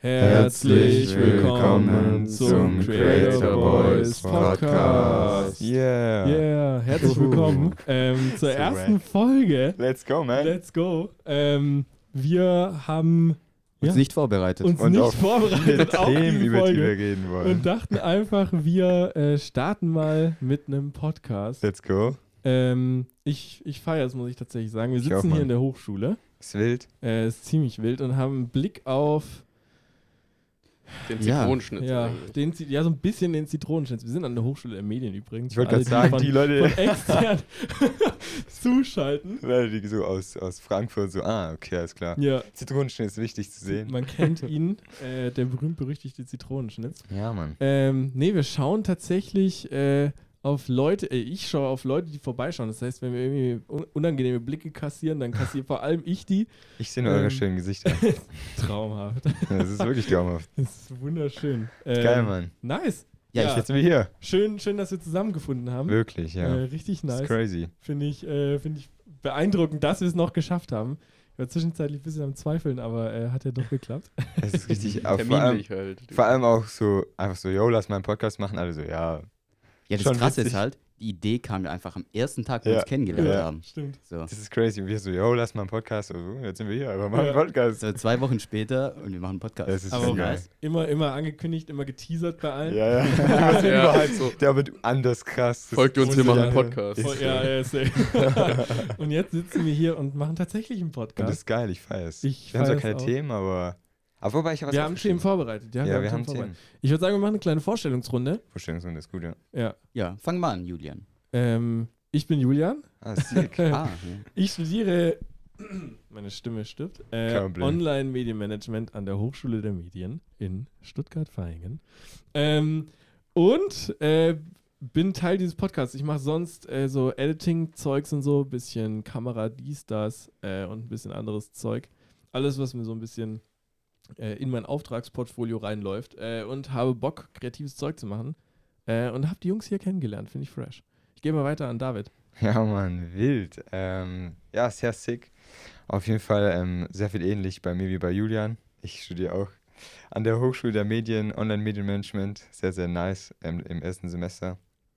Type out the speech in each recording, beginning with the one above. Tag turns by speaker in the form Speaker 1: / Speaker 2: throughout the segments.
Speaker 1: Herzlich willkommen zum Creator Boys Podcast.
Speaker 2: Yeah.
Speaker 1: Herzlich willkommen zur ersten Folge.
Speaker 2: Let's go, man.
Speaker 1: Let's go. Wir haben
Speaker 3: uns nicht vorbereitet.
Speaker 1: Uns nicht vorbereitet auf
Speaker 2: Themen,
Speaker 1: diese
Speaker 2: über die wir
Speaker 1: Folge
Speaker 2: reden wollen.
Speaker 1: und dachten einfach, wir starten mal mit einem Podcast.
Speaker 2: Let's go.
Speaker 1: Ich feiere es, muss ich tatsächlich sagen. Wir
Speaker 2: Ich auch,
Speaker 1: sitzen hier
Speaker 2: Mann.
Speaker 1: in der Hochschule.
Speaker 2: Ist wild.
Speaker 1: Ist ziemlich wild und haben einen Blick auf
Speaker 4: den Zitronenschnitz.
Speaker 1: so ein bisschen den Zitronenschnitz. Wir sind an der Hochschule der Medien übrigens.
Speaker 2: Ich wollte gerade sagen, die Leute,
Speaker 1: von extern zuschalten.
Speaker 2: die so aus Frankfurt so, okay, alles klar.
Speaker 1: Ja.
Speaker 2: Zitronenschnitz ist wichtig zu sehen.
Speaker 1: Man kennt ihn, der berühmt-berüchtigte Zitronenschnitz.
Speaker 2: Ja, Mann.
Speaker 1: Wir schauen tatsächlich auf Leute, ich schaue auf Leute, die vorbeischauen. Das heißt, wenn wir irgendwie unangenehme Blicke kassieren, dann kassiere vor allem ich die.
Speaker 2: Ich sehe nur eure schönen Gesichter.
Speaker 1: Traumhaft.
Speaker 2: Das ist wirklich traumhaft.
Speaker 1: Das ist wunderschön.
Speaker 2: Geil, Mann.
Speaker 1: Nice.
Speaker 2: Ja, jetzt sind wir hier.
Speaker 1: Schön, dass wir zusammengefunden haben.
Speaker 2: Wirklich, ja.
Speaker 1: Richtig nice.
Speaker 2: Das ist crazy.
Speaker 1: Finde ich beeindruckend, dass wir es noch geschafft haben. Ich war zwischenzeitlich ein bisschen am Zweifeln, aber hat ja doch geklappt.
Speaker 2: Es ist richtig, vor allem auch so, einfach so, yo, lass mal einen Podcast machen. Alle so, ja.
Speaker 3: Ja, das Krasse ist halt, die Idee kam ja einfach am ersten Tag, wo wir uns kennengelernt haben.
Speaker 1: Stimmt.
Speaker 3: So.
Speaker 2: Das ist crazy. Und wir so, yo, lass mal einen Podcast. Also, jetzt sind wir hier, aber machen einen Podcast.
Speaker 3: So 2 Wochen später und wir machen einen Podcast.
Speaker 2: Das ist
Speaker 1: aber
Speaker 2: geil.
Speaker 1: Immer angekündigt, immer geteasert bei allen.
Speaker 2: Ja. Überall so. Der wird anders krass.
Speaker 4: Folgt uns, wir machen einen Podcast.
Speaker 1: Safe. Und jetzt sitzen wir hier und machen tatsächlich einen Podcast.
Speaker 2: Und das ist geil, ich feiere es.
Speaker 1: Wir
Speaker 2: haben zwar keine Themen, aber wobei ich habe was
Speaker 1: Wir haben Themen vorbereitet.
Speaker 2: Wir haben Themen.
Speaker 1: Ich würde sagen, wir machen eine kleine Vorstellungsrunde.
Speaker 2: Vorstellungsrunde ist gut,
Speaker 3: Ja, fang mal an, Julian.
Speaker 1: Ich bin Julian.
Speaker 2: Sick.
Speaker 1: Ich studiere, meine Stimme stirbt, Online-Medienmanagement an der Hochschule der Medien in Stuttgart-Vaihingen. Und bin Teil dieses Podcasts. Ich mache sonst so Editing-Zeugs und so, bisschen Kamera, dies, das und ein bisschen anderes Zeug. Alles, was mir so ein bisschen in mein Auftragsportfolio reinläuft und habe Bock, kreatives Zeug zu machen und habe die Jungs hier kennengelernt. Finde ich fresh. Ich gehe mal weiter an David.
Speaker 2: Ja, Mann, wild. Sehr sick. Auf jeden Fall sehr viel ähnlich bei mir wie bei Julian. Ich studiere auch an der Hochschule der Medien, Online-Medienmanagement. Sehr, sehr nice im ersten Semester.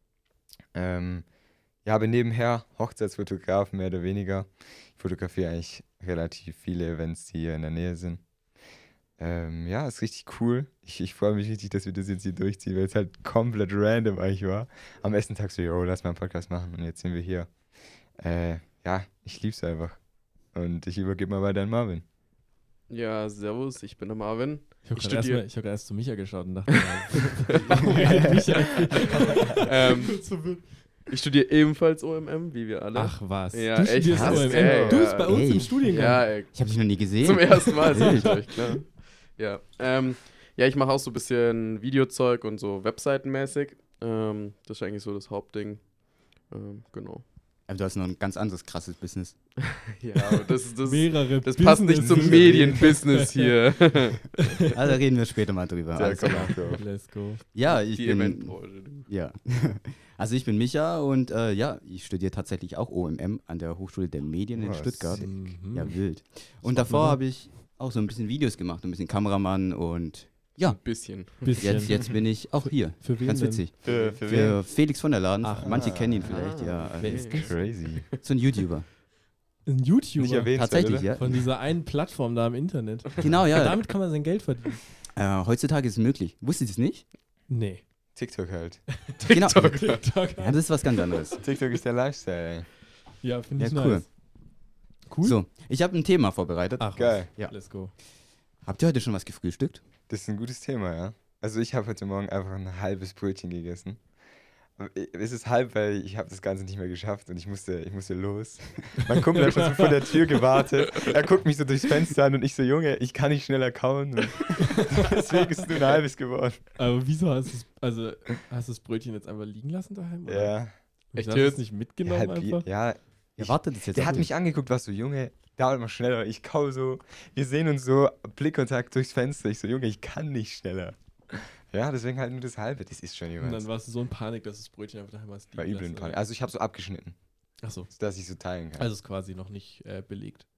Speaker 2: Bin nebenher Hochzeitsfotograf, mehr oder weniger. Ich fotografiere eigentlich relativ viele Events, die hier in der Nähe sind. Ist richtig cool. Ich freue mich richtig, dass wir das jetzt hier durchziehen, weil es halt komplett random eigentlich war. Am ersten Tag so, lass mal einen Podcast machen und jetzt sind wir hier. Ich lieb's einfach. Und ich übergebe mal weiter an Marvin.
Speaker 4: Ja, servus, ich bin der Marvin.
Speaker 1: Ich habe erst zu Micha geschaut und dachte,
Speaker 4: ich studiere ebenfalls OMM, wie wir alle.
Speaker 1: Ach was,
Speaker 4: ja,
Speaker 1: du studierst OMM. Du bist bei uns im Studiengang.
Speaker 4: Ja,
Speaker 3: ich habe dich noch nie gesehen.
Speaker 4: Zum ersten Mal, sag ich euch, klar. Ja, ich mache auch so ein bisschen Videozeug und so webseitenmäßig. Das ist eigentlich so das Hauptding. Genau.
Speaker 3: Aber du hast noch ein ganz anderes krasses Business.
Speaker 4: Ja, aber das
Speaker 1: Business
Speaker 4: passt nicht zum Medienbusiness hier.
Speaker 3: Also reden wir später mal drüber.
Speaker 1: Let's go.
Speaker 3: Ja,
Speaker 4: ich bin...
Speaker 3: Ja. Also ich bin Micha und ich studiere tatsächlich auch OMM an der Hochschule der Medien in Stuttgart. Ja, wild. Und davor habe ich auch so ein bisschen Videos gemacht, ein bisschen Kameramann und
Speaker 4: ein bisschen.
Speaker 3: Jetzt bin ich auch hier.
Speaker 1: Für wen
Speaker 3: ganz
Speaker 1: denn?
Speaker 3: witzig.
Speaker 2: Für
Speaker 3: Felix von der Laden. Manche kennen ihn vielleicht, ja.
Speaker 1: Wer ist das?
Speaker 2: Crazy.
Speaker 3: So ein YouTuber.
Speaker 1: Ein YouTuber?
Speaker 2: Nicht erwähnt,
Speaker 3: Tatsächlich,
Speaker 2: oder?
Speaker 3: ja.
Speaker 1: Von dieser einen Plattform da im Internet.
Speaker 3: Genau, ja.
Speaker 1: Damit kann man sein Geld verdienen.
Speaker 3: Heutzutage ist es möglich. Wusstet ihr es nicht?
Speaker 1: Nee.
Speaker 2: TikTok halt.
Speaker 3: Genau.
Speaker 1: TikTok.
Speaker 3: Ja, das ist was ganz anderes.
Speaker 2: TikTok ist der Lifestyle, ey.
Speaker 1: Ja, finde ich
Speaker 3: cool.
Speaker 1: nice. Cool?
Speaker 3: So, ich habe ein Thema vorbereitet.
Speaker 1: Ach,
Speaker 2: geil.
Speaker 3: Ja.
Speaker 1: Let's go.
Speaker 3: Habt ihr heute schon was gefrühstückt?
Speaker 2: Das ist ein gutes Thema, ja. Also ich habe heute Morgen einfach ein halbes Brötchen gegessen. Es ist halb, weil ich habe das Ganze nicht mehr geschafft und ich musste los. Mein Kumpel hat schon so vor der Tür gewartet. Er guckt mich so durchs Fenster an und ich so, Junge, ich kann nicht schneller kauen. Und deswegen ist es nur ein halbes geworden.
Speaker 1: Aber wieso hast du das Brötchen jetzt einfach liegen lassen daheim? Oder?
Speaker 2: Ja.
Speaker 1: Echt, hast du es nicht mitgenommen einfach?
Speaker 2: Ja.
Speaker 3: Wartet das jetzt.
Speaker 2: Der hat mich angeguckt, was so, Junge, dauert mal schneller. Ich kau so, wir sehen uns so, Blickkontakt durchs Fenster. Ich so, Junge, ich kann nicht schneller. Ja, deswegen halt nur das halbe. Das ist schon jemand.
Speaker 1: Und dann warst du so in Panik, dass du das Brötchen einfach daheim hast.
Speaker 2: War übel in Panik. Also ich habe so abgeschnitten.
Speaker 1: Ach so.
Speaker 2: Dass ich so teilen kann.
Speaker 1: Also ist quasi noch nicht belegt.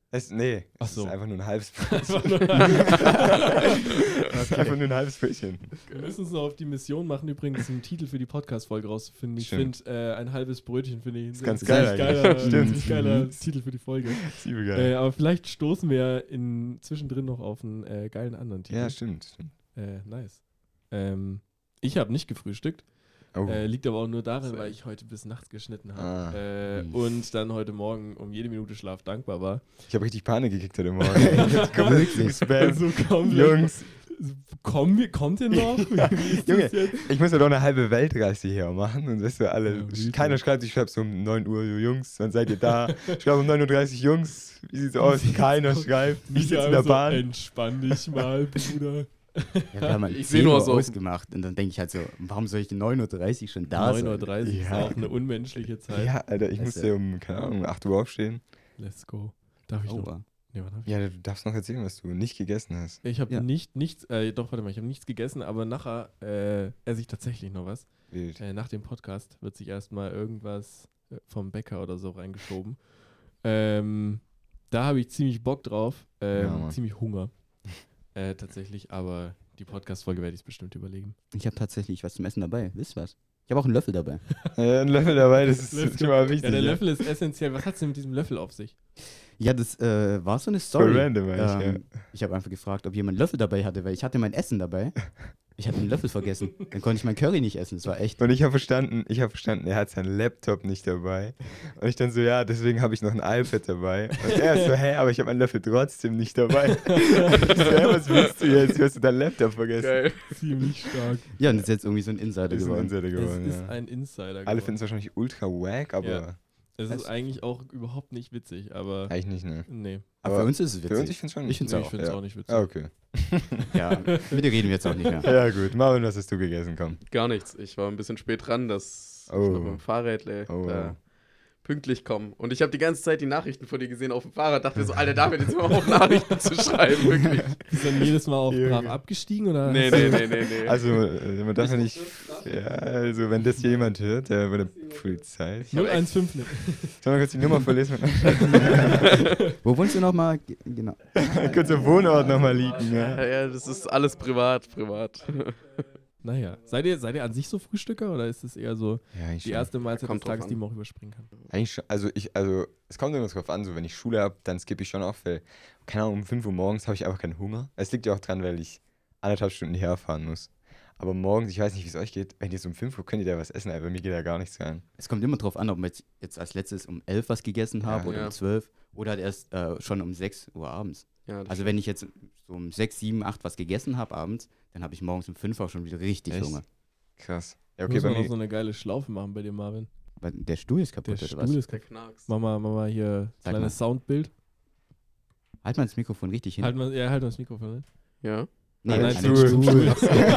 Speaker 2: Nee,
Speaker 1: Ach
Speaker 2: es
Speaker 1: so.
Speaker 2: ist einfach nur ein halbes Brötchen. Einfach nur ein halbes Brötchen.
Speaker 1: Wir müssen uns noch auf die Mission machen, übrigens einen Titel für die Podcast-Folge rauszufinden. Ich finde, ein halbes Brötchen finde ich
Speaker 2: ganz
Speaker 1: ein
Speaker 2: geil
Speaker 1: ziemlich
Speaker 2: eigentlich.
Speaker 1: geiler Titel für die Folge.
Speaker 2: Geil.
Speaker 1: Aber vielleicht stoßen wir zwischendrin noch auf einen geilen anderen Titel.
Speaker 2: Ja, stimmt.
Speaker 1: Nice. Ich habe nicht gefrühstückt.
Speaker 2: Oh.
Speaker 1: Liegt aber auch nur daran, weil ich heute bis nachts geschnitten habe. Und dann heute Morgen um jede Minute Schlaf dankbar war.
Speaker 2: Ich habe richtig Panik gekriegt heute Morgen. Ich komme wirklich Spam.
Speaker 1: Also
Speaker 2: Jungs,
Speaker 1: kommt ihr noch? Wie ist
Speaker 2: Junge,
Speaker 1: das jetzt?
Speaker 2: ich muss ja doch eine halbe Weltreise hier machen. Und weißt du, alle,
Speaker 1: Ja, wirklich.
Speaker 2: keiner schreibt, ich schreibe so um 9 Uhr, Jungs, wann seid ihr da? Ich schreibe um 9.30 Uhr, Jungs, wie sieht's aus? Keiner schreibt. Ich sitze in der Bahn.
Speaker 1: Entspann dich mal, Bruder.
Speaker 3: Ja, wir haben halt
Speaker 4: Ich
Speaker 3: 10
Speaker 4: seh nur
Speaker 3: Uhr
Speaker 4: so-
Speaker 3: ausgemacht und dann denke ich halt so, warum soll ich 9.30 Uhr schon da sein?
Speaker 1: 9.30 Uhr ist
Speaker 2: Ja.
Speaker 1: auch eine unmenschliche Zeit.
Speaker 2: Ja, Alter, ich musste um, keine Ahnung, 8 Uhr aufstehen.
Speaker 1: Let's go. Darf ich noch?
Speaker 3: Oh,
Speaker 1: Nee, wann hab ich?
Speaker 2: Ja, du darfst noch erzählen, was du nicht gegessen hast.
Speaker 1: Ich habe
Speaker 3: Ja.
Speaker 1: nichts, doch, warte mal, ich habe nichts gegessen, aber nachher esse ich tatsächlich noch was.
Speaker 2: Wild.
Speaker 1: Nach dem Podcast wird sich erstmal irgendwas vom Bäcker oder so reingeschoben. Da habe ich ziemlich Bock drauf,
Speaker 2: Ja, Mann.
Speaker 1: ziemlich Hunger. Tatsächlich, aber die Podcast-Folge werde ich es bestimmt überlegen.
Speaker 3: ich habe tatsächlich was zum Essen dabei. Wisst ihr was? Ich habe auch einen Löffel dabei.
Speaker 2: Ein Löffel dabei, das
Speaker 1: Let's
Speaker 2: ist
Speaker 1: go.
Speaker 2: schon mal
Speaker 1: Ja,
Speaker 2: wichtig.
Speaker 1: der Löffel ist essentiell. Was hat es denn mit diesem Löffel auf sich?
Speaker 3: Ja, das war so eine Story.
Speaker 2: Voll random eigentlich,
Speaker 3: Ich habe einfach gefragt, ob jemand einen Löffel dabei hatte, weil ich hatte mein Essen dabei. Ich hatte einen Löffel vergessen. Dann konnte ich mein Curry nicht essen. Das war echt.
Speaker 2: Und ich habe verstanden, er hat seinen Laptop nicht dabei. Und ich dann so, ja, deswegen habe ich noch ein iPad dabei. Und er ist so, hä, aber ich habe meinen Löffel trotzdem nicht dabei. Ich so, hä, was willst du jetzt? Du hast deinen Laptop vergessen.
Speaker 4: Geil.
Speaker 1: Ziemlich stark.
Speaker 3: Ja, und das ist jetzt irgendwie so ein Insider
Speaker 2: Das ist ein
Speaker 3: geworden.
Speaker 2: Insider geworden,
Speaker 1: Es ist
Speaker 2: ja.
Speaker 1: ein Insider
Speaker 2: Alle
Speaker 1: geworden.
Speaker 2: finden es wahrscheinlich ultra wack, aber
Speaker 1: Ja. Es ist
Speaker 3: Es-
Speaker 1: eigentlich auch überhaupt nicht witzig, aber
Speaker 2: eigentlich nicht, ne?
Speaker 1: nee.
Speaker 3: Aber für uns ist es
Speaker 2: Für uns,
Speaker 3: witzig.
Speaker 2: ich finde es schon.
Speaker 3: Ich find's
Speaker 1: Nee,
Speaker 3: auch,
Speaker 1: ich finde es
Speaker 2: ja.
Speaker 1: auch nicht witzig.
Speaker 2: Ah, okay.
Speaker 3: Ja, mit dir reden wir jetzt auch nicht mehr.
Speaker 2: Ja, gut. Marvin, was hast du gegessen? Komm.
Speaker 4: Gar nichts. Ich war ein bisschen spät dran, dass
Speaker 2: Oh.
Speaker 4: ich noch mit dem Fahrrädle
Speaker 2: Oh.
Speaker 4: da pünktlich komme. Und ich habe die ganze Zeit die Nachrichten von dir gesehen auf dem Fahrrad. Dachte mir so, Alter, David, jetzt mal auf Nachrichten zu schreiben, wirklich.
Speaker 1: Ist dann jedes Mal auch
Speaker 2: Junge.
Speaker 1: brav abgestiegen oder?
Speaker 4: Nee.
Speaker 2: Also, man darf ja nicht. Ja, also, wenn das hier jemand hört, der bei der Polizei.
Speaker 4: Ich hab
Speaker 1: 015.
Speaker 2: Soll man kurz die Nummer verlesen?
Speaker 3: Wo wohnst du nochmal? Genau.
Speaker 2: Kurz der Wohnort nochmal liegen, ja.
Speaker 4: Ja, das ist alles privat.
Speaker 1: Naja. Seid ihr an sich so Frühstücker oder ist es eher so
Speaker 2: Ja, eigentlich
Speaker 1: die
Speaker 2: schon.
Speaker 1: erste Mahlzeit des
Speaker 4: Kommt drauf
Speaker 1: Tages,
Speaker 4: an.
Speaker 1: die man auch überspringen kann?
Speaker 2: Eigentlich schon. Also, es kommt immer drauf an, so wenn ich Schule habe, dann skippe ich schon auf, weil, keine Ahnung, um 5 Uhr morgens habe ich einfach keinen Hunger. Es liegt ja auch dran, weil ich 1,5 Stunden herfahren muss. Aber morgens, ich weiß nicht, wie es euch geht, wenn ihr so um 5 Uhr könnt ihr da was essen, aber bei mir geht da gar nichts rein.
Speaker 3: Es kommt immer drauf an, ob ich jetzt als letztes um 11 was gegessen habe
Speaker 2: Ja.
Speaker 3: oder
Speaker 4: Ja.
Speaker 3: um 12 oder halt erst schon um 6 Uhr abends.
Speaker 4: Ja, das
Speaker 3: Also wenn ich jetzt so um 6, 7, 8 was gegessen habe abends, dann habe ich morgens um 5 auch schon wieder richtig
Speaker 2: Echt?
Speaker 3: Hunger.
Speaker 2: Krass. Ja,
Speaker 1: Okay,
Speaker 2: okay,
Speaker 1: muss
Speaker 2: bei
Speaker 1: man noch
Speaker 2: mir.
Speaker 1: so eine geile Schlaufe machen bei dir, Marvin.
Speaker 3: Weil der Stuhl ist
Speaker 1: Der
Speaker 3: kaputt oder
Speaker 1: Stuhl
Speaker 3: was?
Speaker 1: ist
Speaker 4: der
Speaker 1: kaputt.
Speaker 4: Knacks.
Speaker 1: Mach mal hier
Speaker 3: Sag
Speaker 1: kleines
Speaker 3: mal.
Speaker 1: Soundbild.
Speaker 3: Halt mal das Mikrofon richtig hin.
Speaker 1: Halt mal das Mikrofon. Ne?
Speaker 4: Ja.
Speaker 3: Nee,
Speaker 1: Nein,
Speaker 3: an
Speaker 1: Stuhl.
Speaker 3: den Stuhl.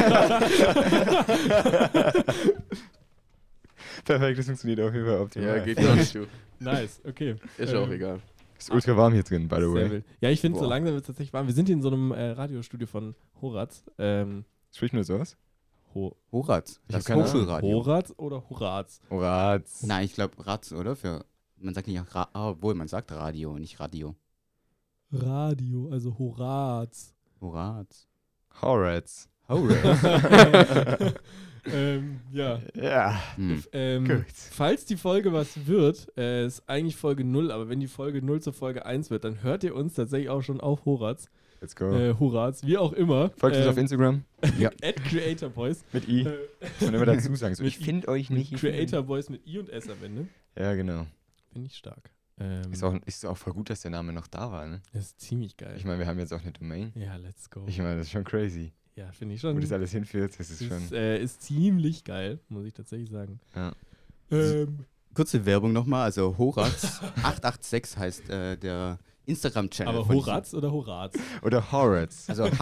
Speaker 2: Perfekt, das funktioniert auf jeden Fall optimal.
Speaker 4: Ja, geht gar nicht, du.
Speaker 1: Nice, okay.
Speaker 4: Ist ja auch egal.
Speaker 2: Ist ultra warm hier drin, by the
Speaker 1: Sehr
Speaker 2: way.
Speaker 1: wild. Ja, ich finde, so
Speaker 3: Boah.
Speaker 1: langsam wird es tatsächlich warm. Wir sind hier in so einem Radiostudio von Horaz.
Speaker 2: Spricht man das aus?
Speaker 3: Horaz.
Speaker 2: Ich hab
Speaker 3: Das
Speaker 2: keine Ahnung.
Speaker 3: Hochschulradio.
Speaker 1: Horaz oder Horaz?
Speaker 2: Horaz.
Speaker 3: Nein, ich glaube Ratz, oder? Man sagt nicht obwohl man sagt Radio, nicht Radio.
Speaker 1: Radio, also Horaz.
Speaker 3: Horaz.
Speaker 2: Horaz.
Speaker 3: Horaz.
Speaker 1: Ja.
Speaker 2: Ja.
Speaker 3: Hm.
Speaker 2: Gut.
Speaker 1: Falls die Folge was wird, ist eigentlich Folge 0, aber wenn die Folge 0 zur Folge 1 wird, dann hört ihr uns tatsächlich auch schon auf Horaz.
Speaker 2: Let's go.
Speaker 1: Horaz, wie auch immer.
Speaker 2: Folgt uns auf Instagram
Speaker 1: @CreatorBoys.
Speaker 2: mit I. Und immer dazu sagen, so,
Speaker 1: Mit
Speaker 2: ich finde euch nicht. ich find-
Speaker 1: CreatorBoys mit I und S am Ende.
Speaker 2: Ja, genau.
Speaker 1: Finde ich stark.
Speaker 2: Ist auch voll gut, dass der Name noch da war, ne?
Speaker 1: Das ist ziemlich geil.
Speaker 2: Ich meine, wir haben jetzt auch eine Domain.
Speaker 1: Ja, let's go.
Speaker 2: Ich meine, das ist schon crazy.
Speaker 1: Ja, finde ich schon.
Speaker 2: Wo das alles hinführt, das ist schon.
Speaker 1: Ist ziemlich geil, muss ich tatsächlich sagen.
Speaker 2: Ja.
Speaker 3: Kurze Werbung nochmal, also Horaz 886 heißt der Instagram-Channel.
Speaker 1: Aber
Speaker 3: von
Speaker 1: Horaz oder Horaz?
Speaker 2: Oder Horaz.
Speaker 3: diesem- Also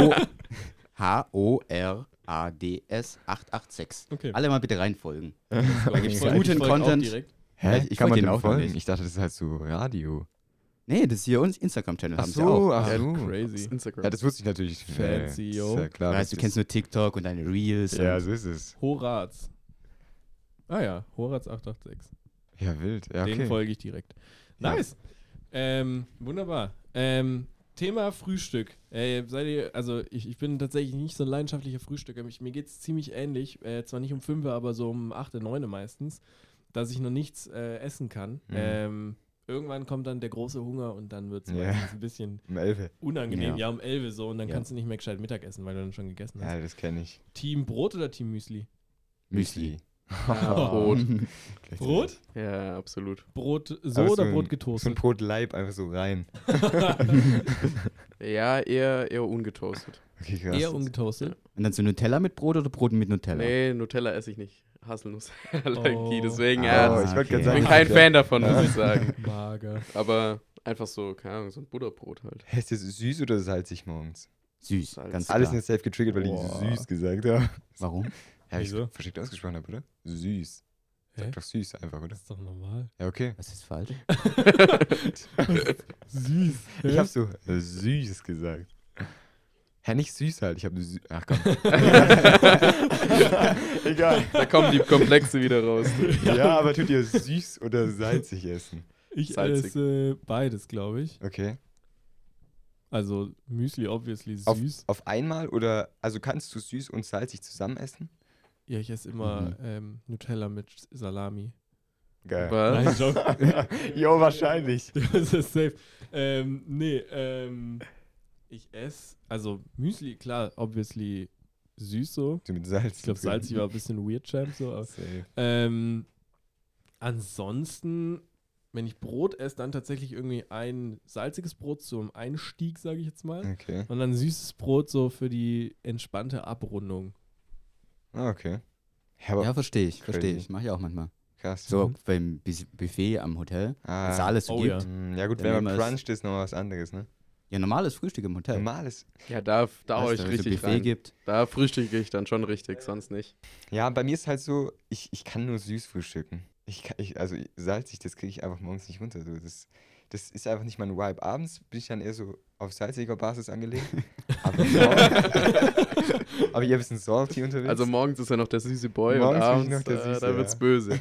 Speaker 3: HORADS 886.
Speaker 1: Okay.
Speaker 3: Alle mal bitte reinfolgen.
Speaker 1: Da
Speaker 3: gibt's
Speaker 1: folge
Speaker 3: guten Content.
Speaker 1: direkt.
Speaker 2: Hä?
Speaker 3: Ich
Speaker 2: Kann man
Speaker 3: folg
Speaker 2: dem
Speaker 3: denen auch noch
Speaker 2: folgen?
Speaker 3: nicht.
Speaker 2: Ich dachte, das ist halt so Radio.
Speaker 3: Nee, das ist hier uns Instagram-Channel,
Speaker 2: Ach
Speaker 3: haben sie
Speaker 2: so,
Speaker 3: auch.
Speaker 2: ach
Speaker 1: Ja,
Speaker 2: so.
Speaker 1: crazy.
Speaker 4: Instagram.
Speaker 2: Ja, das wusste ich natürlich.
Speaker 1: Fancy,
Speaker 2: ist
Speaker 1: yo.
Speaker 2: ja klar.
Speaker 3: Ja,
Speaker 2: dass
Speaker 3: du
Speaker 2: das-
Speaker 3: kennst nur TikTok und deine Reels.
Speaker 2: Ja,
Speaker 3: und
Speaker 2: so ist es.
Speaker 1: Horaz. Ah ja, Horaz 886.
Speaker 2: Ja, wild. Ja,
Speaker 1: Den
Speaker 2: okay.
Speaker 1: folge ich direkt. Nice. Wunderbar. Thema Frühstück. Ich bin tatsächlich nicht so ein leidenschaftlicher Frühstücker. Mir geht es ziemlich ähnlich. Zwar nicht um 5 Uhr, aber so um 8, 9 meistens, dass ich noch nichts essen kann. Irgendwann kommt dann der große Hunger und dann wird es meistens ein bisschen unangenehm. Ja, um 11 so und dann kannst du nicht mehr gescheit Mittag essen, weil du dann schon gegessen hast.
Speaker 2: Ja, das kenne ich.
Speaker 1: Team Brot oder Team Müsli?
Speaker 2: Müsli.
Speaker 4: Brot.
Speaker 1: Brot?
Speaker 4: Ja, absolut.
Speaker 1: Brot so oder Brot getoastet?
Speaker 2: So ein Brotleib einfach so rein.
Speaker 4: Ja, eher ungetoastet.
Speaker 2: Okay, krass.
Speaker 1: Eher ungetoastet?
Speaker 4: Ja.
Speaker 3: Und dann so Nutella mit Brot oder Brot mit Nutella?
Speaker 4: Nee, Nutella esse ich nicht. Haselnussallergie, deswegen
Speaker 2: ich
Speaker 3: okay.
Speaker 2: wollte gerade
Speaker 4: ich
Speaker 2: sagen.
Speaker 4: bin kein Fan davon, muss ich sagen.
Speaker 1: Mager.
Speaker 4: Aber einfach so, keine Ahnung, so ein Butterbrot halt.
Speaker 2: Ist das süß oder salzig morgens?
Speaker 3: Süß,
Speaker 4: Salz.
Speaker 3: ganz
Speaker 2: Alles
Speaker 3: klar.
Speaker 2: nicht safe getriggert, weil ich süß gesagt habe.
Speaker 3: Warum?
Speaker 2: Ja, ich
Speaker 1: Wieso?
Speaker 2: verschickt ausgesprochen habe, oder? Süß.
Speaker 1: Hä?
Speaker 2: Sag doch süß einfach, oder?
Speaker 1: Das ist doch normal.
Speaker 2: Ja, okay.
Speaker 3: Was ist falsch?
Speaker 1: Süß.
Speaker 2: Ich habe so süß gesagt. Ja, nicht süß halt. Ich habe ach komm. Egal.
Speaker 4: Da kommen die Komplexe wieder raus.
Speaker 2: Ja, aber tut ihr süß oder salzig essen?
Speaker 1: Ich
Speaker 4: Salzig.
Speaker 1: esse beides, glaube ich.
Speaker 2: Okay.
Speaker 1: Also Müsli obviously
Speaker 2: Auf,
Speaker 1: süß.
Speaker 2: auf einmal oder, also kannst du süß und salzig zusammen essen?
Speaker 1: Ja, ich esse immer Nutella mit Salami.
Speaker 2: Geil.
Speaker 1: Nein,
Speaker 4: Was?
Speaker 1: Joke.
Speaker 2: Jo, wahrscheinlich.
Speaker 1: Das ist safe. Ich esse, also Müsli, klar, obviously süß so.
Speaker 2: Du mit Salz.
Speaker 1: Ich glaube, salzig war ein bisschen weird, Champ, so. Aber,
Speaker 2: Safe.
Speaker 1: ansonsten, wenn ich Brot esse, dann tatsächlich irgendwie ein salziges Brot zum Einstieg, sage ich jetzt mal.
Speaker 2: Okay.
Speaker 1: Und dann süßes Brot so für die entspannte Abrundung.
Speaker 2: Ah, okay. Ja, aber
Speaker 3: Ja, verstehe ich.
Speaker 2: Crazy.
Speaker 3: Mache ich auch manchmal.
Speaker 2: krass.
Speaker 3: So beim Buffet am Hotel, was es alles so
Speaker 1: Oh
Speaker 3: gibt.
Speaker 1: ja.
Speaker 2: Ja gut,
Speaker 3: Dann
Speaker 2: wenn
Speaker 3: nehmen
Speaker 2: man
Speaker 3: wir es-
Speaker 2: cruncht, ist noch was anderes, ne?
Speaker 3: Ja, normales Frühstück im Hotel.
Speaker 2: Normales.
Speaker 4: Ja, da hau
Speaker 3: Weißt
Speaker 4: ich
Speaker 3: du, wenn es so
Speaker 4: richtig
Speaker 3: Buffet
Speaker 4: rein.
Speaker 3: gibt.
Speaker 4: Da frühstücke ich dann schon richtig, sonst nicht.
Speaker 2: Ja, bei mir ist halt so, ich kann nur süß frühstücken. Also salzig, das kriege ich einfach morgens nicht runter. So. Das ist einfach nicht mein Vibe. Abends bin ich dann eher so auf salziger Basis angelegt. Aber aber ich ein bisschen salty unterwegs.
Speaker 4: Also morgens ist ja noch der süße Boy
Speaker 2: Morgens
Speaker 4: und
Speaker 2: bin ich
Speaker 4: abends,
Speaker 2: noch der Süße,
Speaker 4: da wird's
Speaker 2: ja.
Speaker 4: böse.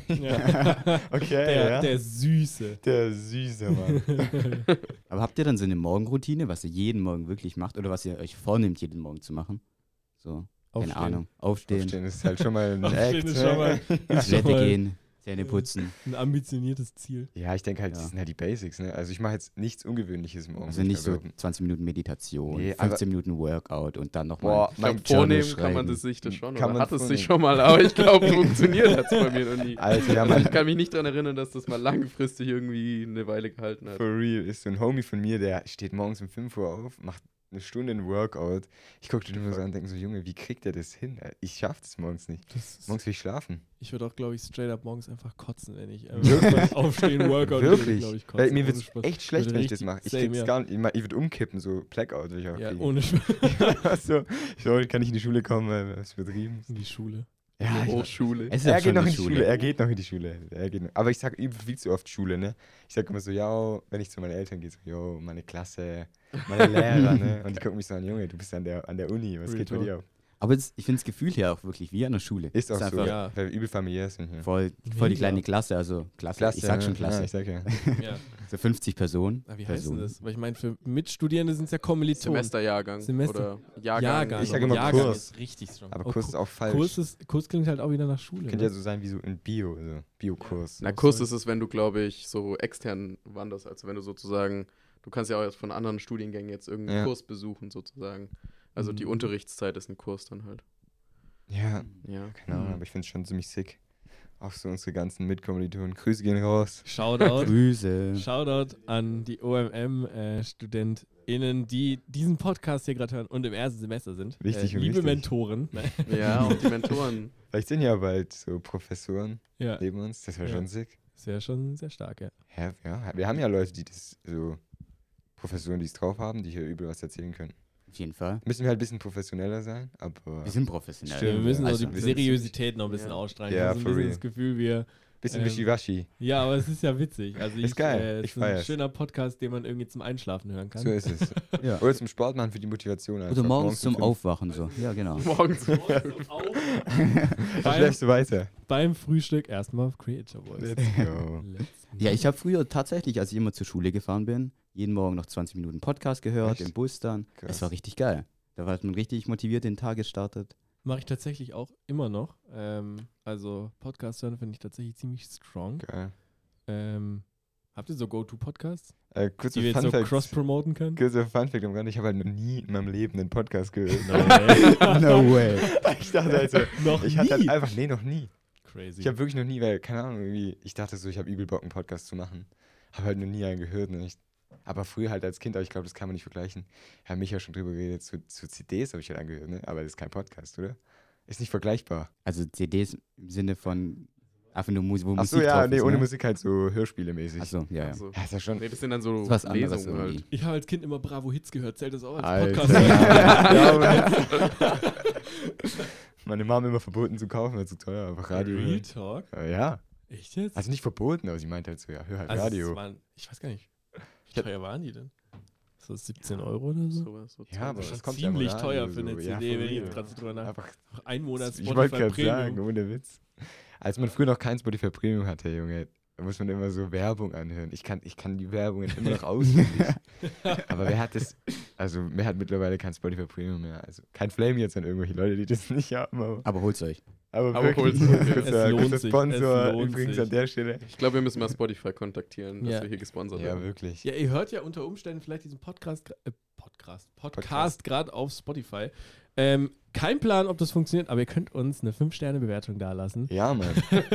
Speaker 2: okay,
Speaker 1: Der Süße.
Speaker 2: Der süße Mann.
Speaker 3: Aber habt ihr dann so eine Morgenroutine, was ihr jeden Morgen wirklich macht oder was ihr euch vornehmt, jeden Morgen zu machen? So, keine Ahnung. Aufstehen,
Speaker 2: Aufstehen ist halt schon mal ein
Speaker 1: Aufstehen
Speaker 2: Act.
Speaker 1: ist schon mal, ist schon
Speaker 3: Toilette
Speaker 1: mal
Speaker 3: gehen, Zähne putzen.
Speaker 1: ein ambitioniertes Ziel.
Speaker 2: Ja, ich denke halt,
Speaker 3: Ja.
Speaker 2: das sind halt die Basics, ne? Also ich mache jetzt nichts Ungewöhnliches morgens.
Speaker 3: Also nicht so
Speaker 2: aber-
Speaker 3: 20 Minuten Meditation,
Speaker 2: Nee,
Speaker 3: 15 Minuten Workout und dann nochmal.
Speaker 2: Boah,
Speaker 4: Ich
Speaker 2: mein
Speaker 4: glaub, vornehmen
Speaker 3: Journal
Speaker 4: kann man
Speaker 3: schreiben.
Speaker 4: sich das schon,
Speaker 2: Kann
Speaker 4: oder
Speaker 2: man
Speaker 4: hat es sich
Speaker 2: vornehmen.
Speaker 4: schon mal, aber ich glaube, funktioniert hat es bei mir noch nie.
Speaker 2: Alter, ja,
Speaker 4: Also
Speaker 2: Mann,
Speaker 4: ich kann mich nicht daran erinnern, dass das mal langfristig irgendwie eine Weile gehalten hat.
Speaker 2: for real, ist so ein Homie von mir, der steht morgens um 5 Uhr auf, macht eine Stunde ein Workout. Ich gucke den immer so an und denke so, Junge, wie kriegt der das hin? Ich schaff das morgens nicht. Morgens will ich schlafen.
Speaker 1: Ich würde auch, glaube ich, straight up morgens einfach kotzen, wenn ich
Speaker 2: Wirklich?
Speaker 1: aufstehen, Workout,
Speaker 2: Wirklich?
Speaker 1: glaube ich, kotzen.
Speaker 2: Weil mir
Speaker 1: Ohne
Speaker 2: wird es
Speaker 1: Spaß.
Speaker 2: echt schlecht,
Speaker 1: Würde
Speaker 2: wenn ich das
Speaker 1: richtig-
Speaker 2: mache. Ich
Speaker 1: same,
Speaker 2: krieg's
Speaker 1: ja.
Speaker 2: gar nicht, ich würde umkippen, so Blackout will ich auch
Speaker 1: Ja,
Speaker 2: kriegen.
Speaker 1: ohne Spaß.
Speaker 2: so, ich kann nicht in die Schule kommen, weil das ist übertrieben.
Speaker 1: In die Schule.
Speaker 2: Ja, ich,
Speaker 4: Hochschule.
Speaker 3: Es ist ja
Speaker 2: er geht
Speaker 3: schon
Speaker 2: noch
Speaker 3: eine
Speaker 2: in die Schule. Er geht noch in die Schule. Aber ich sag viel zu oft Schule, ne? Ich sag immer so, ja, wenn ich zu meinen Eltern gehe, so, yo, meine Klasse, meine Lehrer, ne? Und die gucken mich so an, Junge, du bist an der Uni, was
Speaker 1: Real
Speaker 2: geht bei
Speaker 1: talk.
Speaker 2: dir ab?
Speaker 3: Aber ich finde das Gefühl hier auch wirklich wie an der Schule.
Speaker 2: Ist auch so,
Speaker 3: einfach
Speaker 1: ja.
Speaker 2: weil wir übel familiär sind hier.
Speaker 3: voll die
Speaker 1: Mega.
Speaker 3: kleine Klasse, also Klasse, ich sag schon
Speaker 2: Ja,
Speaker 3: Klasse.
Speaker 2: ich sag ja.
Speaker 1: Ja.
Speaker 3: So 50 Personen.
Speaker 1: Aber wie heißt denn
Speaker 3: Personen.
Speaker 1: das? Weil ich meine, für Mitstudierende sind es ja Kommilitonen.
Speaker 4: Semesterjahrgang.
Speaker 1: Semester.
Speaker 4: Oder Jahrgang.
Speaker 2: Ich sag immer
Speaker 1: Jahrgang
Speaker 2: Kurs.
Speaker 1: ist richtig strong.
Speaker 2: Aber
Speaker 1: Oh,
Speaker 2: Kurs ist auch falsch.
Speaker 1: Kurs klingt halt auch wieder nach Schule.
Speaker 2: Könnte
Speaker 1: ne?
Speaker 2: ja so sein wie so in Bio, also Biokurs.
Speaker 4: Na, Kurs ist es, wenn du, glaube ich, so extern wanderst. Also wenn du sozusagen, du kannst ja auch jetzt von anderen Studiengängen jetzt irgendeinen
Speaker 2: Ja.
Speaker 4: Kurs besuchen, sozusagen. Also die
Speaker 1: Mhm.
Speaker 4: Unterrichtszeit ist ein Kurs dann halt.
Speaker 2: Ja,
Speaker 4: Ja.
Speaker 2: keine Ahnung,
Speaker 1: Mhm.
Speaker 2: aber ich finde es schon ziemlich sick. Auch so unsere ganzen Mitkommilitonen. Grüße gehen raus.
Speaker 1: Shoutout.
Speaker 3: Grüße.
Speaker 1: Shoutout an die OMM-StudentInnen, die diesen Podcast hier gerade hören und im ersten Semester sind.
Speaker 2: Wichtig und
Speaker 1: liebe
Speaker 2: wichtig.
Speaker 1: Mentoren.
Speaker 4: Ja, und die Mentoren.
Speaker 2: Vielleicht sind ja bald so Professoren
Speaker 1: Ja,
Speaker 2: neben uns. Das wäre
Speaker 1: Ja.
Speaker 2: schon sick.
Speaker 1: das wäre schon sehr stark, ja.
Speaker 2: Ja, wir haben ja Leute, die das so Professoren, die es drauf haben, die hier übel was erzählen können.
Speaker 3: Auf jeden Fall.
Speaker 2: Müssen wir halt ein bisschen professioneller sein, aber
Speaker 3: Wir sind professionell.
Speaker 2: Stimmt,
Speaker 1: wir müssen
Speaker 2: ja.
Speaker 1: so die
Speaker 2: Also, wir sind
Speaker 1: Seriosität noch ein bisschen
Speaker 4: Ja.
Speaker 1: ausstrahlen.
Speaker 2: Ja,
Speaker 1: Ich habe so
Speaker 2: for
Speaker 1: ein bisschen
Speaker 2: real.
Speaker 1: das Gefühl, wir
Speaker 2: Bisschen wischiwaschi.
Speaker 1: Ja, aber es ist ja witzig. Also
Speaker 2: Ist geil,
Speaker 1: es
Speaker 2: ich
Speaker 1: ist ein
Speaker 2: feier's.
Speaker 1: schöner Podcast, den man irgendwie zum Einschlafen hören kann.
Speaker 2: So ist es.
Speaker 3: Ja.
Speaker 2: Oder zum Sport machen für die Motivation.
Speaker 3: Oder morgens zum
Speaker 2: um 5.
Speaker 3: Aufwachen so. Ja, genau.
Speaker 4: Morgens.
Speaker 2: Dann schläfst du weiter.
Speaker 1: Beim Frühstück erstmal auf Creator Voice.
Speaker 2: Let's go.
Speaker 3: Ja, ich habe früher tatsächlich, als ich immer zur Schule gefahren bin, jeden Morgen noch 20 Minuten Podcast gehört,
Speaker 2: Echt?
Speaker 3: im Bus dann.
Speaker 2: Krass.
Speaker 3: Es war richtig geil. Da war man richtig motiviert, den Tag gestartet.
Speaker 1: Mache ich tatsächlich auch immer noch. Also Podcast hören finde ich tatsächlich ziemlich strong.
Speaker 2: Geil.
Speaker 1: Habt ihr so Go-To-Podcasts,
Speaker 2: Kurzer
Speaker 1: die wir jetzt so
Speaker 2: Funfact.
Speaker 1: cross-promoten können?
Speaker 2: Kurzer Funfact am Rand. Ich habe halt noch nie in meinem Leben einen Podcast gehört.
Speaker 3: No way.
Speaker 2: Ich dachte also,
Speaker 1: Noch
Speaker 2: ich
Speaker 1: nie?
Speaker 2: hatte halt einfach, noch nie.
Speaker 1: Crazy.
Speaker 2: Ich habe wirklich noch nie, weil, keine Ahnung, irgendwie, ich dachte so, ich habe übel Bock, einen Podcast zu machen. Habe halt noch nie einen gehört. Ne? Aber früher halt als Kind, aber ich glaube, das kann man nicht vergleichen. Haben mich ja schon drüber geredet, zu CDs habe ich halt angehört, ne? Aber das ist kein Podcast, oder? Ist nicht vergleichbar.
Speaker 3: Also CDs im Sinne von einfach nur Musik, wo
Speaker 2: Achso,
Speaker 3: Musik
Speaker 2: ja,
Speaker 3: drauf
Speaker 2: nee,
Speaker 3: ist,
Speaker 2: ohne
Speaker 3: ne?
Speaker 2: Musik halt so Hörspiele-mäßig.
Speaker 3: Achso, ja, ja.
Speaker 4: Also,
Speaker 2: Ja, ist ja schon.
Speaker 4: nee, das sind dann so
Speaker 3: Das ist was anderes
Speaker 4: Lesungen halt.
Speaker 3: irgendwie.
Speaker 1: Ich habe als Kind immer Bravo Hits gehört. Zählt das auch als
Speaker 2: Alter.
Speaker 1: Podcast?
Speaker 2: Ja, aber meine Mama immer verboten zu kaufen, weil es zu teuer, einfach Radio.
Speaker 1: Real Talk?
Speaker 2: Ja.
Speaker 1: Echt jetzt?
Speaker 2: Also nicht verboten, aber sie meinte halt so, ja, hör halt
Speaker 1: Also
Speaker 2: Radio.
Speaker 1: es waren, ich weiß gar nicht, wie teuer waren die denn? So 17 Euro oder so?
Speaker 4: Sowas, so
Speaker 2: Ja, aber
Speaker 4: 20.
Speaker 2: das kommt ja im
Speaker 1: Ziemlich
Speaker 2: Radio
Speaker 1: teuer für eine
Speaker 2: so.
Speaker 1: CD,
Speaker 2: Ja,
Speaker 1: wenn ich
Speaker 2: voll.
Speaker 1: jetzt gerade so drüber nachdenke.
Speaker 2: Einfach,
Speaker 1: Ein Monat
Speaker 2: ich wollte
Speaker 1: Spotify
Speaker 2: gerade sagen,
Speaker 1: Premium.
Speaker 2: ohne Witz. Als man früher noch kein Spotify Premium hatte, Junge, da muss man immer so Werbung anhören. Ich kann die Werbungen immer noch auswendig. Aber wer hat mittlerweile kein Spotify Premium mehr. Also kein Flame jetzt an irgendwelche Leute, die das nicht haben.
Speaker 3: Aber holt's euch.
Speaker 2: Aber
Speaker 4: holt's
Speaker 2: wirklich,
Speaker 4: euch.
Speaker 2: kurzer
Speaker 1: Es lohnt sich,
Speaker 2: Sponsor
Speaker 1: es lohnt
Speaker 2: übrigens
Speaker 1: sich.
Speaker 2: an der Stelle.
Speaker 4: Ich glaube, wir müssen mal Spotify kontaktieren, dass
Speaker 1: Ja.
Speaker 4: wir hier gesponsert
Speaker 2: Ja,
Speaker 4: werden.
Speaker 2: wirklich.
Speaker 1: Ja, ihr hört ja unter Umständen vielleicht diesen Podcast gerade auf Spotify. Kein Plan, ob das funktioniert, aber ihr könnt uns eine 5-Sterne-Bewertung dalassen.
Speaker 2: Ja, Mann.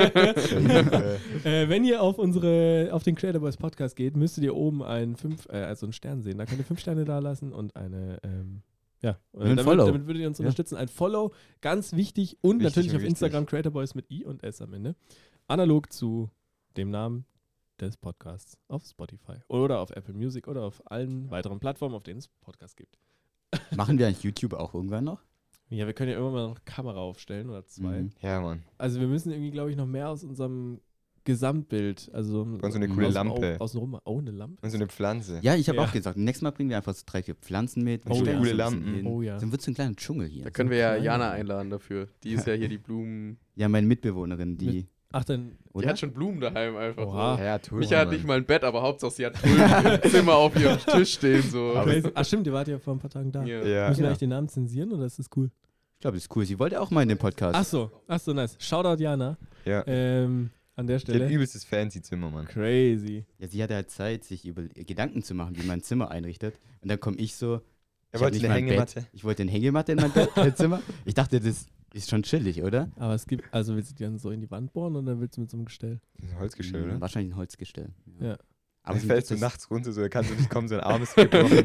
Speaker 1: Wenn ihr auf den Creator Boys Podcast geht, müsstet ihr oben einen Stern sehen. Da könnt ihr 5 Sterne dalassen und eine,
Speaker 3: ein Follow.
Speaker 1: Damit würdet ihr uns unterstützen. Ein Follow, ganz wichtig. Und
Speaker 2: Wichtig
Speaker 1: natürlich
Speaker 2: und
Speaker 1: auf
Speaker 2: wichtig.
Speaker 1: Instagram Creator Boys mit I und S am Ende. Analog zu dem Namen des Podcasts auf Spotify oder auf Apple Music oder auf allen weiteren Plattformen, auf denen es Podcasts gibt.
Speaker 3: Machen wir eigentlich YouTube auch irgendwann noch?
Speaker 1: Ja, wir können ja irgendwann mal noch eine Kamera aufstellen oder 2.
Speaker 3: Mhm.
Speaker 2: Ja, Mann.
Speaker 1: Also wir müssen irgendwie, glaube ich, noch mehr aus unserem Gesamtbild, also
Speaker 2: Und so eine coole Lampe.
Speaker 1: Außenrum, eine Lampe.
Speaker 2: Und so eine Pflanze.
Speaker 3: Ja, ich habe
Speaker 1: Ja.
Speaker 3: auch gesagt, nächstes Mal bringen wir einfach so 3, 4 Pflanzen mit.
Speaker 1: Oh,
Speaker 3: stellen
Speaker 1: ja.
Speaker 3: uns
Speaker 2: Coole
Speaker 3: ein bisschen
Speaker 2: Lampen.
Speaker 3: hin.
Speaker 1: Oh ja.
Speaker 3: Dann wird es ein kleiner Dschungel hier.
Speaker 4: Da können wir ja
Speaker 1: kleine.
Speaker 4: Jana einladen dafür. Die ist ja hier die Blumen.
Speaker 3: Ja, meine Mitbewohnerin, die.
Speaker 1: Ach, dann,
Speaker 4: Die
Speaker 3: Oder?
Speaker 4: hat schon Blumen daheim einfach.
Speaker 1: Oha.
Speaker 4: So.
Speaker 2: Ja, toll.
Speaker 4: Micha hat nicht mal ein Bett, aber Hauptsache sie hat Blumen im Zimmer auf ihrem Tisch stehen. So.
Speaker 1: crazy. Ach stimmt, ihr wart ja vor ein paar Tagen da.
Speaker 4: Ja.
Speaker 2: Ja.
Speaker 1: Müssen wir
Speaker 3: Ja.
Speaker 1: eigentlich den Namen zensieren oder ist das cool?
Speaker 3: Ich glaube, das ist cool. Sie wollte auch mal in den Podcast.
Speaker 1: Ach so, nice. Shoutout Jana.
Speaker 2: Ja.
Speaker 1: An der
Speaker 2: Die hat
Speaker 1: Stelle.
Speaker 2: übelstes fancy Zimmer, Mann.
Speaker 1: Crazy.
Speaker 3: Ja, sie hatte halt Zeit, sich über Gedanken zu machen, wie man ein Zimmer einrichtet. Und dann komme ich so.
Speaker 2: Er
Speaker 3: ich
Speaker 2: wollte
Speaker 3: hab nicht
Speaker 2: eine
Speaker 3: mal ein
Speaker 2: Hängematte.
Speaker 3: Bett. Ich wollte eine Hängematte in mein Zimmer. Ich dachte, das ist schon chillig, oder?
Speaker 1: Aber es gibt, also willst du die dann so in die Wand bohren oder willst du mit so einem Gestell?
Speaker 2: Das ist ein Holzgestell, oder?
Speaker 3: Wahrscheinlich ein Holzgestell.
Speaker 1: Ja.
Speaker 3: Aber
Speaker 2: Aber
Speaker 3: so-
Speaker 2: fällst du
Speaker 3: das-
Speaker 2: nachts runter, so, da kannst du nicht kommen, so ein Arm ist gebrochen.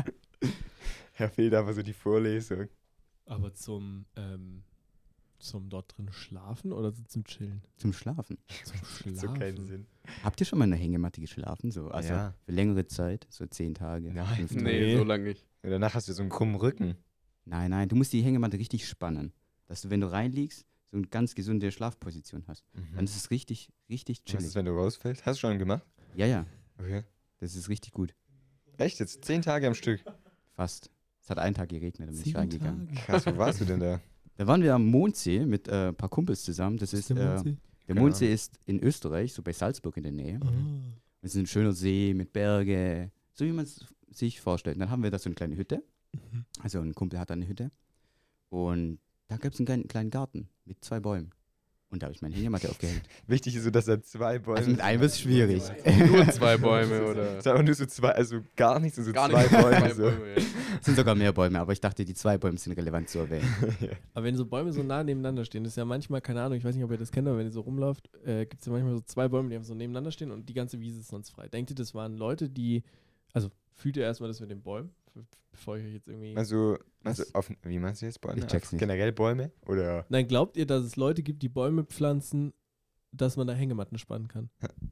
Speaker 2: Ja, fehlt einfach so die Vorlesung.
Speaker 1: Aber zum dort drin schlafen oder so zum Chillen?
Speaker 3: Zum Schlafen.
Speaker 1: Zum Schlafen.
Speaker 2: So keinen Sinn.
Speaker 3: Habt ihr schon mal in einer Hängematte geschlafen? So? Also
Speaker 2: Ja.
Speaker 3: für längere Zeit, so 10 Tage.
Speaker 2: Nein.
Speaker 3: 5 Tage.
Speaker 4: Nee, so lange nicht.
Speaker 2: Und danach hast du so einen krummen Rücken.
Speaker 3: Nein, du musst die Hängematte richtig spannen. Dass du, wenn du reinliegst, so eine ganz gesunde Schlafposition hast. Dann ist es richtig, richtig
Speaker 2: Was
Speaker 3: chillig.
Speaker 2: ist, wenn du rausfällst? Hast du schon gemacht?
Speaker 3: Ja,
Speaker 2: Okay.
Speaker 3: das ist richtig gut.
Speaker 2: Echt? Jetzt 10 Tage am Stück?
Speaker 3: Fast. Es hat einen Tag geregnet, dann bin ich
Speaker 1: 7
Speaker 3: reingegangen.
Speaker 1: Tage.
Speaker 2: Krass, wo warst du denn da?
Speaker 3: Da waren wir am Mondsee mit ein paar Kumpels zusammen. Das ist, der Mondsee ist in Österreich, so bei Salzburg in der Nähe. Es ist ein schöner See mit Berge, so wie man es sich vorstellt. Und dann haben wir da so eine kleine Hütte. Also ein Kumpel hat da eine Hütte. Und da gab es einen kleinen Garten mit 2 Bäumen. Und da habe ich meine Hängematte aufgehängt.
Speaker 2: Wichtig ist so, dass da 2 Bäume
Speaker 3: Also mit einem wird es schwierig.
Speaker 4: Nur 2 Bäume oder.
Speaker 2: Es sind aber nur so 2, also gar nichts, so
Speaker 4: Gar
Speaker 2: 2
Speaker 4: nicht
Speaker 2: Bäume. So.
Speaker 4: ja.
Speaker 3: Es sind sogar mehr Bäume, aber ich dachte, die 2 Bäume sind relevant zu erwähnen.
Speaker 1: Aber wenn so Bäume so nah nebeneinander stehen, das ist ja manchmal, keine Ahnung, ich weiß nicht, ob ihr das kennt, aber wenn ihr so rumläuft, gibt es ja manchmal so 2 Bäume, die einfach so nebeneinander stehen und die ganze Wiese ist sonst frei. Denkt ihr, das waren Leute, die, also fühlt ihr erstmal das mit den Bäumen, bevor ich euch jetzt irgendwie...
Speaker 2: Also
Speaker 3: Was?
Speaker 2: wie meinst du jetzt Bäume?
Speaker 3: Ich check's
Speaker 2: Einfach
Speaker 3: nicht.
Speaker 2: Generell Bäume? Oder?
Speaker 1: Nein, glaubt ihr, dass es Leute gibt, die Bäume pflanzen, dass man da Hängematten spannen kann?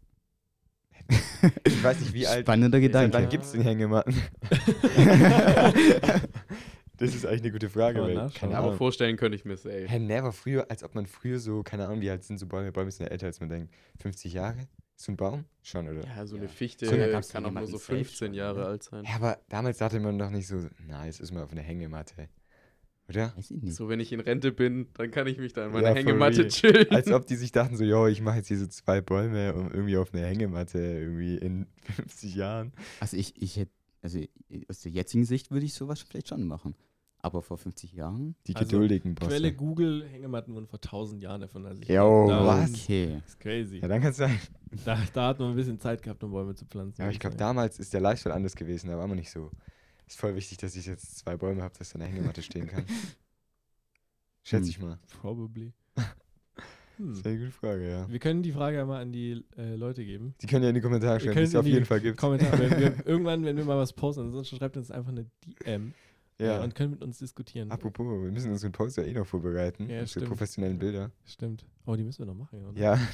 Speaker 2: Ich weiß nicht, wie alt.
Speaker 3: Spannender
Speaker 2: Seit wann
Speaker 3: Gedanke.
Speaker 2: gibt es den Hängematten? Das ist eigentlich eine gute Frage,
Speaker 1: Kann man
Speaker 2: weil,
Speaker 1: nachschauen.
Speaker 2: keine
Speaker 4: Aber
Speaker 2: Ahnung.
Speaker 4: vorstellen könnte ich mir es, ey.
Speaker 2: Hä, never früher, als ob man früher so, keine Ahnung, wie alt sind so Bäume? Bäume sind ja älter, als man denkt. 50 Jahre? So ein Baum? Schon, oder?
Speaker 4: Ja, so eine
Speaker 3: Ja.
Speaker 4: Fichte
Speaker 3: So, da gab's
Speaker 4: kann
Speaker 3: ja
Speaker 4: auch nur so
Speaker 3: jemanden safe
Speaker 4: 15
Speaker 3: schon,
Speaker 4: Jahre
Speaker 3: ne?
Speaker 4: alt sein.
Speaker 2: Ja, aber damals dachte man doch nicht so, na, jetzt ist man auf einer Hängematte. Oder?
Speaker 3: Weiß ich nicht.
Speaker 4: So, wenn ich in Rente bin, dann kann ich mich da in
Speaker 2: Ja,
Speaker 4: meiner
Speaker 2: for
Speaker 4: Hängematte
Speaker 2: real.
Speaker 4: chillen.
Speaker 2: Als ob die sich dachten so, yo, ich mache jetzt hier so 2 Bäume und irgendwie auf einer Hängematte irgendwie in 50 Jahren.
Speaker 3: Also ich hätte, also aus der jetzigen Sicht würde ich sowas vielleicht schon machen. Aber vor 50 Jahren?
Speaker 2: Die
Speaker 1: Also,
Speaker 2: geduldigen Bosse.
Speaker 1: Quelle Google, Hängematten wurden vor 1000 Jahren erfunden. Also ich
Speaker 2: Jo,
Speaker 1: glaub, da-
Speaker 2: was?
Speaker 3: Okay.
Speaker 1: Das ist crazy.
Speaker 2: Ja, dann kann es sein.
Speaker 1: Da hat man ein bisschen Zeit gehabt, um Bäume zu pflanzen.
Speaker 2: Ja, aber ich glaube, damals ist der Lifestyle anders gewesen. Da war man nicht so. Ist voll wichtig, dass ich jetzt 2 Bäume habe, dass da eine Hängematte stehen kann. Schätze ich mal.
Speaker 1: Probably.
Speaker 2: Das ist eine gute Frage, ja.
Speaker 1: Wir können die Frage einmal an die Leute geben.
Speaker 2: Die können ja in die Kommentare
Speaker 1: Wir
Speaker 2: schreiben,
Speaker 1: können
Speaker 2: die es auf
Speaker 1: in die
Speaker 2: jeden Fall gibt.
Speaker 1: Kommentare. Irgendwann, wenn wir mal was posten, ansonsten schreibt uns einfach eine DM
Speaker 2: Ja.
Speaker 1: und können mit uns diskutieren.
Speaker 2: Apropos, wir müssen unseren Poster eh noch vorbereiten.
Speaker 1: Ja,
Speaker 2: Unsere
Speaker 1: stimmt.
Speaker 2: professionellen Bilder.
Speaker 1: Stimmt. Oh, die müssen wir noch machen, oder?
Speaker 2: Ja,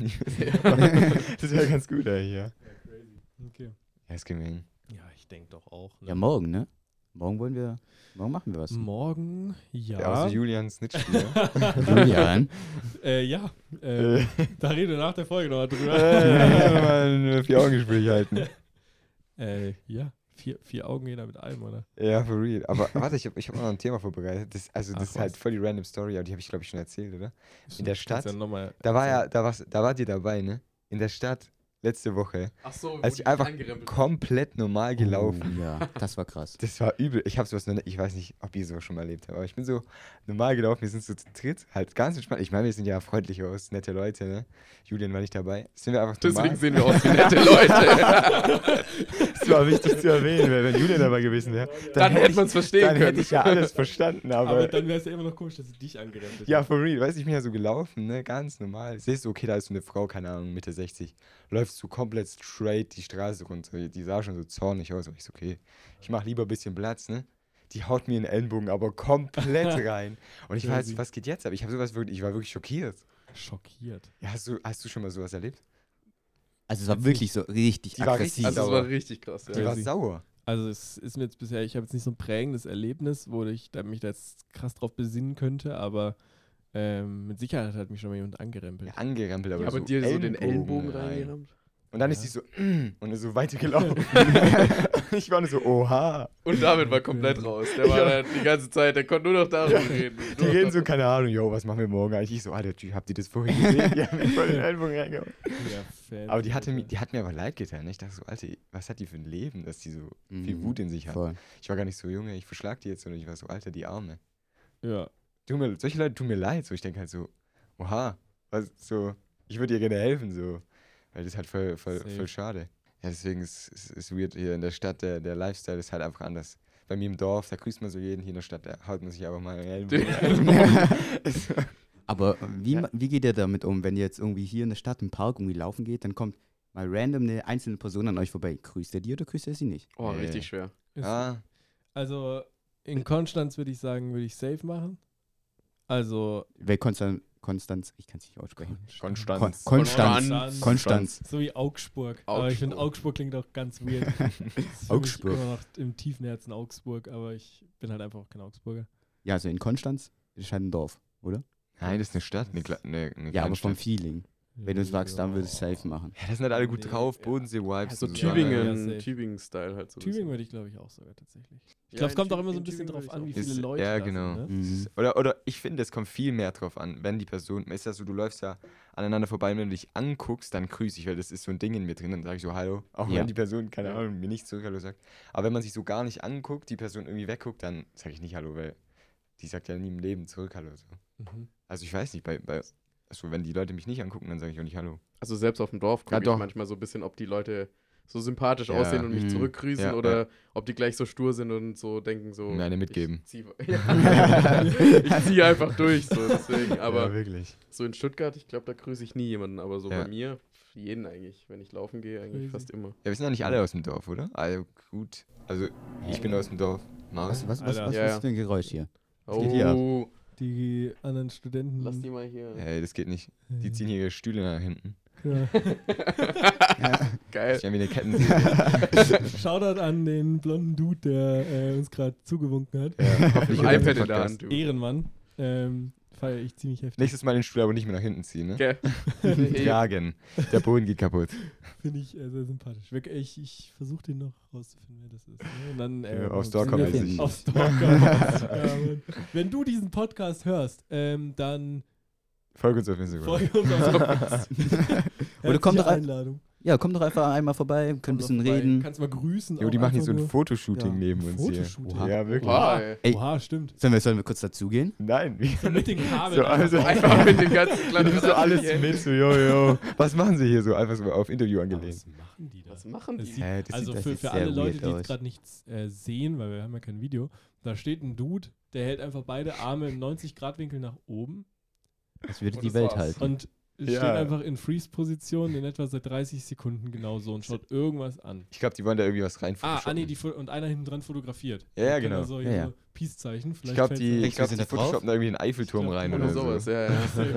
Speaker 2: das wäre ganz gut eigentlich, ja.
Speaker 1: Okay.
Speaker 2: Ja, das kriegen wir hin.
Speaker 1: Ja, ich denke doch auch. Ne?
Speaker 3: Ja, morgen, ne? Morgen machen wir was.
Speaker 1: Morgen,
Speaker 2: Ja.
Speaker 1: ja.
Speaker 2: Außer Julian Snitch-Spiel.
Speaker 3: Julian.
Speaker 1: Ja, da reden wir nach der Folge noch drüber.
Speaker 2: Mal ein 4-Augen-Gespräch halten.
Speaker 1: Ja, vier Augen jeder mit einem, oder?
Speaker 2: Ja, for real. Aber warte, ich hab auch noch ein Thema vorbereitet. Das
Speaker 1: Ach,
Speaker 2: ist halt
Speaker 1: was?
Speaker 2: voll die random Story, aber die habe ich, glaube ich, schon erzählt, oder? In der Stadt,
Speaker 1: Ja noch mal
Speaker 2: Da
Speaker 1: erzählen.
Speaker 2: wart ihr dabei, ne? In der Stadt, letzte Woche,
Speaker 4: Ach so,
Speaker 2: als ich einfach komplett normal gelaufen.
Speaker 3: Oh, ja, das war krass.
Speaker 2: Das war übel. Ich hab's ich weiß nicht, ob ihr sowas schon mal erlebt habt, aber ich bin so normal gelaufen, wir sind so zu dritt, halt ganz entspannt. Ich meine, wir sind ja freundlich aus, nette Leute, ne? Julian war nicht dabei. Sind wir einfach
Speaker 4: Deswegen
Speaker 2: normal.
Speaker 4: sehen wir aus wie nette Leute.
Speaker 2: Das war wichtig zu erwähnen, weil wenn Julian dabei gewesen wäre,
Speaker 4: Dann hätte man es verstehen
Speaker 2: dann hätte
Speaker 4: können.
Speaker 2: ich ja alles verstanden,
Speaker 1: Aber dann wäre es ja immer noch komisch, dass sie dich angerannt
Speaker 2: Ja, for real. Weißt du, ich bin ja so gelaufen, ne? Ganz normal. Siehst du, okay, da ist so eine Frau, keine Ahnung, Mitte 60. Läuft so komplett straight die Straße runter. Die sah schon so zornig aus. Und ich so, okay, ich mach lieber ein bisschen Platz, ne? Die haut mir in den Ellenbogen aber komplett rein. Und ich weiß, was geht jetzt ab? Ich war wirklich schockiert.
Speaker 1: Schockiert.
Speaker 2: Ja, hast du schon mal sowas erlebt?
Speaker 3: Also es war wirklich so richtig
Speaker 2: Die war
Speaker 3: aggressiv.
Speaker 2: richtig
Speaker 4: Also, es
Speaker 2: sauer.
Speaker 4: war richtig krass.
Speaker 2: Die
Speaker 4: Ja.
Speaker 2: war sauer.
Speaker 1: Also es ist mir jetzt bisher, ich habe jetzt nicht so ein prägendes Erlebnis, wo ich mich da jetzt krass drauf besinnen könnte, aber mit Sicherheit hat mich schon mal jemand angerempelt.
Speaker 2: Ja, angerempelt, aber
Speaker 4: Ja, aber
Speaker 2: so
Speaker 4: dir so den Ellenbogen
Speaker 2: rein.
Speaker 4: reingerammt.
Speaker 2: Und dann ist sie so, und ist so weitergelaufen. Ich war nur so, oha.
Speaker 4: Und David war komplett raus. Der war dann die ganze Zeit, der konnte nur noch darüber reden.
Speaker 2: Die reden so, keine Ahnung, yo, was machen wir morgen eigentlich? Ich so, Alter, habt ihr das vorhin gesehen? Die haben mir voll den Ellenbogen reingehauen.
Speaker 1: Ja, Fan.
Speaker 2: Aber die hat mir aber leid getan. Ich dachte so, Alter, was hat die für ein Leben, dass die so viel Wut in sich hat?
Speaker 3: Voll.
Speaker 2: Ich war gar nicht so, Junge, ich verschlag die jetzt, sondern ich war so, Alter, die Arme.
Speaker 1: Ja.
Speaker 2: Solche Leute tun mir leid. So, ich denke halt so, oha, so, ich würde ihr gerne helfen, so. Weil das ist halt voll schade. Ja, deswegen ist weird hier in der Stadt, der Lifestyle ist halt einfach anders. Bei mir im Dorf, da grüßt man so jeden, hier in der Stadt, da haut man sich aber mal einen Ellenbogen.
Speaker 3: Aber wie geht ihr damit um, wenn ihr jetzt irgendwie hier in der Stadt im Park irgendwie laufen geht, dann kommt mal random eine einzelne Person an euch vorbei. Grüßt er die oder grüßt er sie nicht?
Speaker 4: Oh, richtig schwer.
Speaker 1: Ist,
Speaker 2: Ah,
Speaker 1: Also in Konstanz würde ich sagen, würde ich safe machen. Also
Speaker 3: Weil Konstanz, ich kann es nicht aussprechen.
Speaker 2: Konstanz.
Speaker 3: Konstanz.
Speaker 1: So wie Augsburg. Aber ich finde, Augsburg klingt auch ganz weird. Das ist für
Speaker 3: Augsburg.
Speaker 1: mich immer noch im tiefen Herzen Augsburg, aber ich bin halt einfach auch kein Augsburger.
Speaker 3: Ja, also in Konstanz ist halt ein Dorf, oder?
Speaker 2: Nein, das ist eine Stadt, eine
Speaker 3: Ja, aber
Speaker 2: kleine
Speaker 3: vom
Speaker 2: Stadt.
Speaker 3: Feeling. Wenn du sagst, dann würde ich
Speaker 1: Ja.
Speaker 3: safe machen.
Speaker 2: Ja, das sind halt alle gut
Speaker 1: Nee,
Speaker 2: drauf,
Speaker 1: ja.
Speaker 2: Bodensee-Vibes.
Speaker 4: So
Speaker 2: und
Speaker 1: Ja, safe.
Speaker 4: Tübingen-Style halt so. ein
Speaker 1: Tübingen
Speaker 4: bisschen.
Speaker 1: würde ich, glaube ich, auch sogar tatsächlich. Ich
Speaker 4: Ja,
Speaker 1: glaube, es
Speaker 4: in
Speaker 1: kommt auch immer so
Speaker 4: Tübingen-
Speaker 1: ein bisschen
Speaker 4: Tübingen
Speaker 1: drauf
Speaker 4: würde
Speaker 1: an, wie
Speaker 4: ich auch.
Speaker 1: viele
Speaker 2: Ist-
Speaker 1: Leute
Speaker 2: ja,
Speaker 1: da
Speaker 2: genau.
Speaker 1: sind. Ne?
Speaker 3: Mhm.
Speaker 2: Oder ich finde, es kommt viel mehr drauf an, wenn die Person, ist das so, du läufst ja aneinander vorbei, und wenn du dich anguckst, dann grüße ich, weil das ist so ein Ding in mir drin, dann sage ich so Hallo, auch
Speaker 3: Ja.
Speaker 2: wenn die Person, keine Ahnung, mir nicht zurück Hallo sagt. Aber wenn man sich so gar nicht anguckt, die Person irgendwie wegguckt, dann sage ich nicht Hallo, weil die sagt ja nie im Leben zurück Hallo. So.
Speaker 1: Mhm.
Speaker 2: Also ich weiß nicht, also wenn die Leute mich nicht angucken, dann sage ich auch nicht Hallo.
Speaker 4: Also selbst auf dem Dorf
Speaker 2: Ja,
Speaker 4: gucke ich
Speaker 2: doch.
Speaker 4: manchmal so ein bisschen, ob die Leute so sympathisch
Speaker 2: Ja.
Speaker 4: aussehen und mich
Speaker 3: Mhm.
Speaker 4: zurückgrüßen
Speaker 2: Ja,
Speaker 4: oder ob die gleich so stur sind und so denken so.
Speaker 2: Mir eine mitgeben.
Speaker 4: Ich ziehe einfach durch, so deswegen. Aber
Speaker 2: ja, wirklich.
Speaker 4: so in Stuttgart, ich glaube, da grüße ich nie jemanden, aber so
Speaker 2: Ja.
Speaker 4: bei mir, jeden eigentlich, wenn ich laufen gehe, eigentlich
Speaker 1: Crazy.
Speaker 4: fast immer.
Speaker 2: Ja, wir sind ja nicht alle aus dem Dorf, oder? Also gut. Also ich bin aus dem Dorf. Marius?
Speaker 3: Was
Speaker 1: Alter.
Speaker 4: Ja,
Speaker 3: ist
Speaker 4: ja.
Speaker 3: für ein Geräusch hier? geht hier ab?
Speaker 1: Die anderen Studenten.
Speaker 4: lass die mal hier.
Speaker 2: Hey, das geht nicht. Die ziehen hier ihre Stühle nach hinten.
Speaker 1: Ja.
Speaker 4: Geil.
Speaker 2: Ich habe wie eine Kettensäge.
Speaker 1: Shoutout an den blonden Dude, der uns gerade zugewunken hat.
Speaker 2: Ja, hoffentlich
Speaker 4: Ein
Speaker 2: hört er den
Speaker 4: iPad in der
Speaker 2: Podcast.
Speaker 4: Hand, du.
Speaker 1: Ehrenmann. Feiere ich ziemlich heftig.
Speaker 2: Nächstes Mal den Stuhl aber nicht mehr nach hinten ziehen, ne?
Speaker 4: Gell?
Speaker 2: Tragen. Der Boden geht kaputt.
Speaker 1: Finde ich sehr sympathisch. Ich versuche den noch rauszufinden, wer das ist. Ne? Und dann,
Speaker 2: Ja, auf
Speaker 1: sind
Speaker 2: Stalker
Speaker 1: wir
Speaker 3: mäßig.
Speaker 1: Auf Stalker. Ja, Mann. Wenn du diesen Podcast hörst, dann
Speaker 2: Folge uns auf Instagram.
Speaker 1: folge uns auf
Speaker 3: Oder komm doch ein-
Speaker 1: Einladung.
Speaker 3: Ja, komm doch einfach einmal vorbei, können ein
Speaker 1: Komm
Speaker 3: bisschen
Speaker 1: doch vorbei.
Speaker 3: reden.
Speaker 1: Kannst mal grüßen.
Speaker 2: Jo, die
Speaker 1: auch
Speaker 2: machen hier so
Speaker 1: einfach
Speaker 2: ein
Speaker 1: nur.
Speaker 2: Fotoshooting
Speaker 3: Ja.
Speaker 2: neben uns hier.
Speaker 1: Fotoshooting.
Speaker 3: Oha.
Speaker 2: Ja, wirklich.
Speaker 4: Wow, ey.
Speaker 3: Ey.
Speaker 1: Oha, stimmt.
Speaker 3: Sollen wir kurz dazugehen?
Speaker 2: Nein, wie?
Speaker 1: So mit den Kabeln.
Speaker 2: So, also
Speaker 4: Einfach mit den ganzen
Speaker 2: Die
Speaker 4: kleinen
Speaker 2: nehmen so alles mit, so, yo. Was machen sie hier so? Einfach so auf Interview
Speaker 1: Aber
Speaker 2: angelehnt.
Speaker 1: was machen die da?
Speaker 4: Was machen
Speaker 1: Das
Speaker 4: die?
Speaker 1: sieht,
Speaker 2: Das
Speaker 1: also
Speaker 3: das
Speaker 1: für
Speaker 3: sieht
Speaker 1: alle
Speaker 3: sehr
Speaker 1: Leute,
Speaker 3: weird
Speaker 1: die
Speaker 3: aus.
Speaker 1: jetzt gerade nichts sehen, weil wir haben ja kein Video, da steht ein Dude, der hält einfach beide Arme im 90-Grad-Winkel nach oben
Speaker 3: Das würde
Speaker 4: Und
Speaker 3: die
Speaker 4: das
Speaker 3: Welt
Speaker 4: war's.
Speaker 3: halten.
Speaker 1: und steht
Speaker 2: Ja.
Speaker 1: einfach in Freeze-Position in etwa seit 30 Sekunden genau so und schaut irgendwas an.
Speaker 2: Ich glaube, die wollen da irgendwie was rein.
Speaker 1: Und einer hinten dran fotografiert.
Speaker 2: Ja, ja,
Speaker 1: Und kann
Speaker 2: genau.
Speaker 1: da So,
Speaker 3: Ja, ja.
Speaker 1: so Peace-Zeichen.
Speaker 2: Ich glaube,
Speaker 1: fällt's
Speaker 2: die,
Speaker 1: dann-
Speaker 3: Denkst du, wir sind da drauf?
Speaker 2: photoshoppen da irgendwie einen Eiffelturm
Speaker 1: Ich glaub,
Speaker 2: rein
Speaker 1: oder
Speaker 2: oder
Speaker 4: Oder
Speaker 2: so.
Speaker 4: sowas,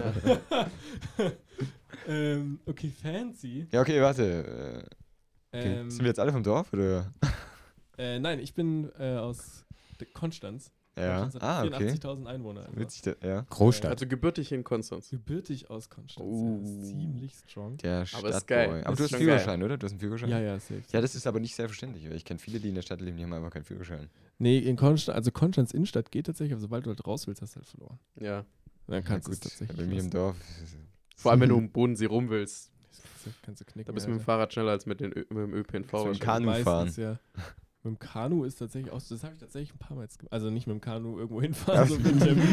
Speaker 4: ja.
Speaker 1: Okay, fancy.
Speaker 2: Ja, okay, warte.
Speaker 1: Ähm,
Speaker 2: Sind wir jetzt alle vom Dorf, oder?
Speaker 1: nein, ich bin aus Konstanz.
Speaker 2: Ja.
Speaker 1: Konstanz hat
Speaker 2: Ah, okay.
Speaker 1: 84.000 Einwohner. einfach.
Speaker 2: Witzig, ja.
Speaker 3: Großstadt.
Speaker 4: Also gebürtig in Konstanz.
Speaker 1: Gebürtig aus Konstanz.
Speaker 2: Oh.
Speaker 1: Ja, ist ziemlich strong.
Speaker 2: Der
Speaker 4: Aber ist
Speaker 2: Stadtboy.
Speaker 4: geil.
Speaker 2: Aber
Speaker 4: Ist
Speaker 2: du hast einen
Speaker 4: schon
Speaker 2: Führerschein, oder? Du hast einen Führerschein?
Speaker 1: Ja, ja, safe.
Speaker 2: Ja, das ist aber nicht selbstverständlich, weil ich kenne viele, die in der Stadt leben, die haben einfach keinen Führerschein.
Speaker 1: Nee, in Konstanz, also Konstanz Innenstadt geht tatsächlich, aber sobald du halt raus willst, hast du halt verloren.
Speaker 4: Ja.
Speaker 1: Dann kannst du
Speaker 2: Ja,
Speaker 1: es tatsächlich.
Speaker 2: Bei mir im
Speaker 1: lassen.
Speaker 2: Dorf.
Speaker 4: Vor allem, wenn du um Bodensee rum willst.
Speaker 1: Kannst du knicken.
Speaker 4: Da bist du mit dem
Speaker 1: Alter.
Speaker 4: Fahrrad schneller als mit dem ÖPNV.
Speaker 2: So im
Speaker 4: wahrscheinlich.
Speaker 2: Kanu
Speaker 1: Meistens,
Speaker 2: fahren.
Speaker 1: Ja. Mit dem Kanu ist tatsächlich auch so, das habe ich tatsächlich ein paar Mal jetzt gemacht. Also nicht mit dem Kanu irgendwo hinfahren, so mit dem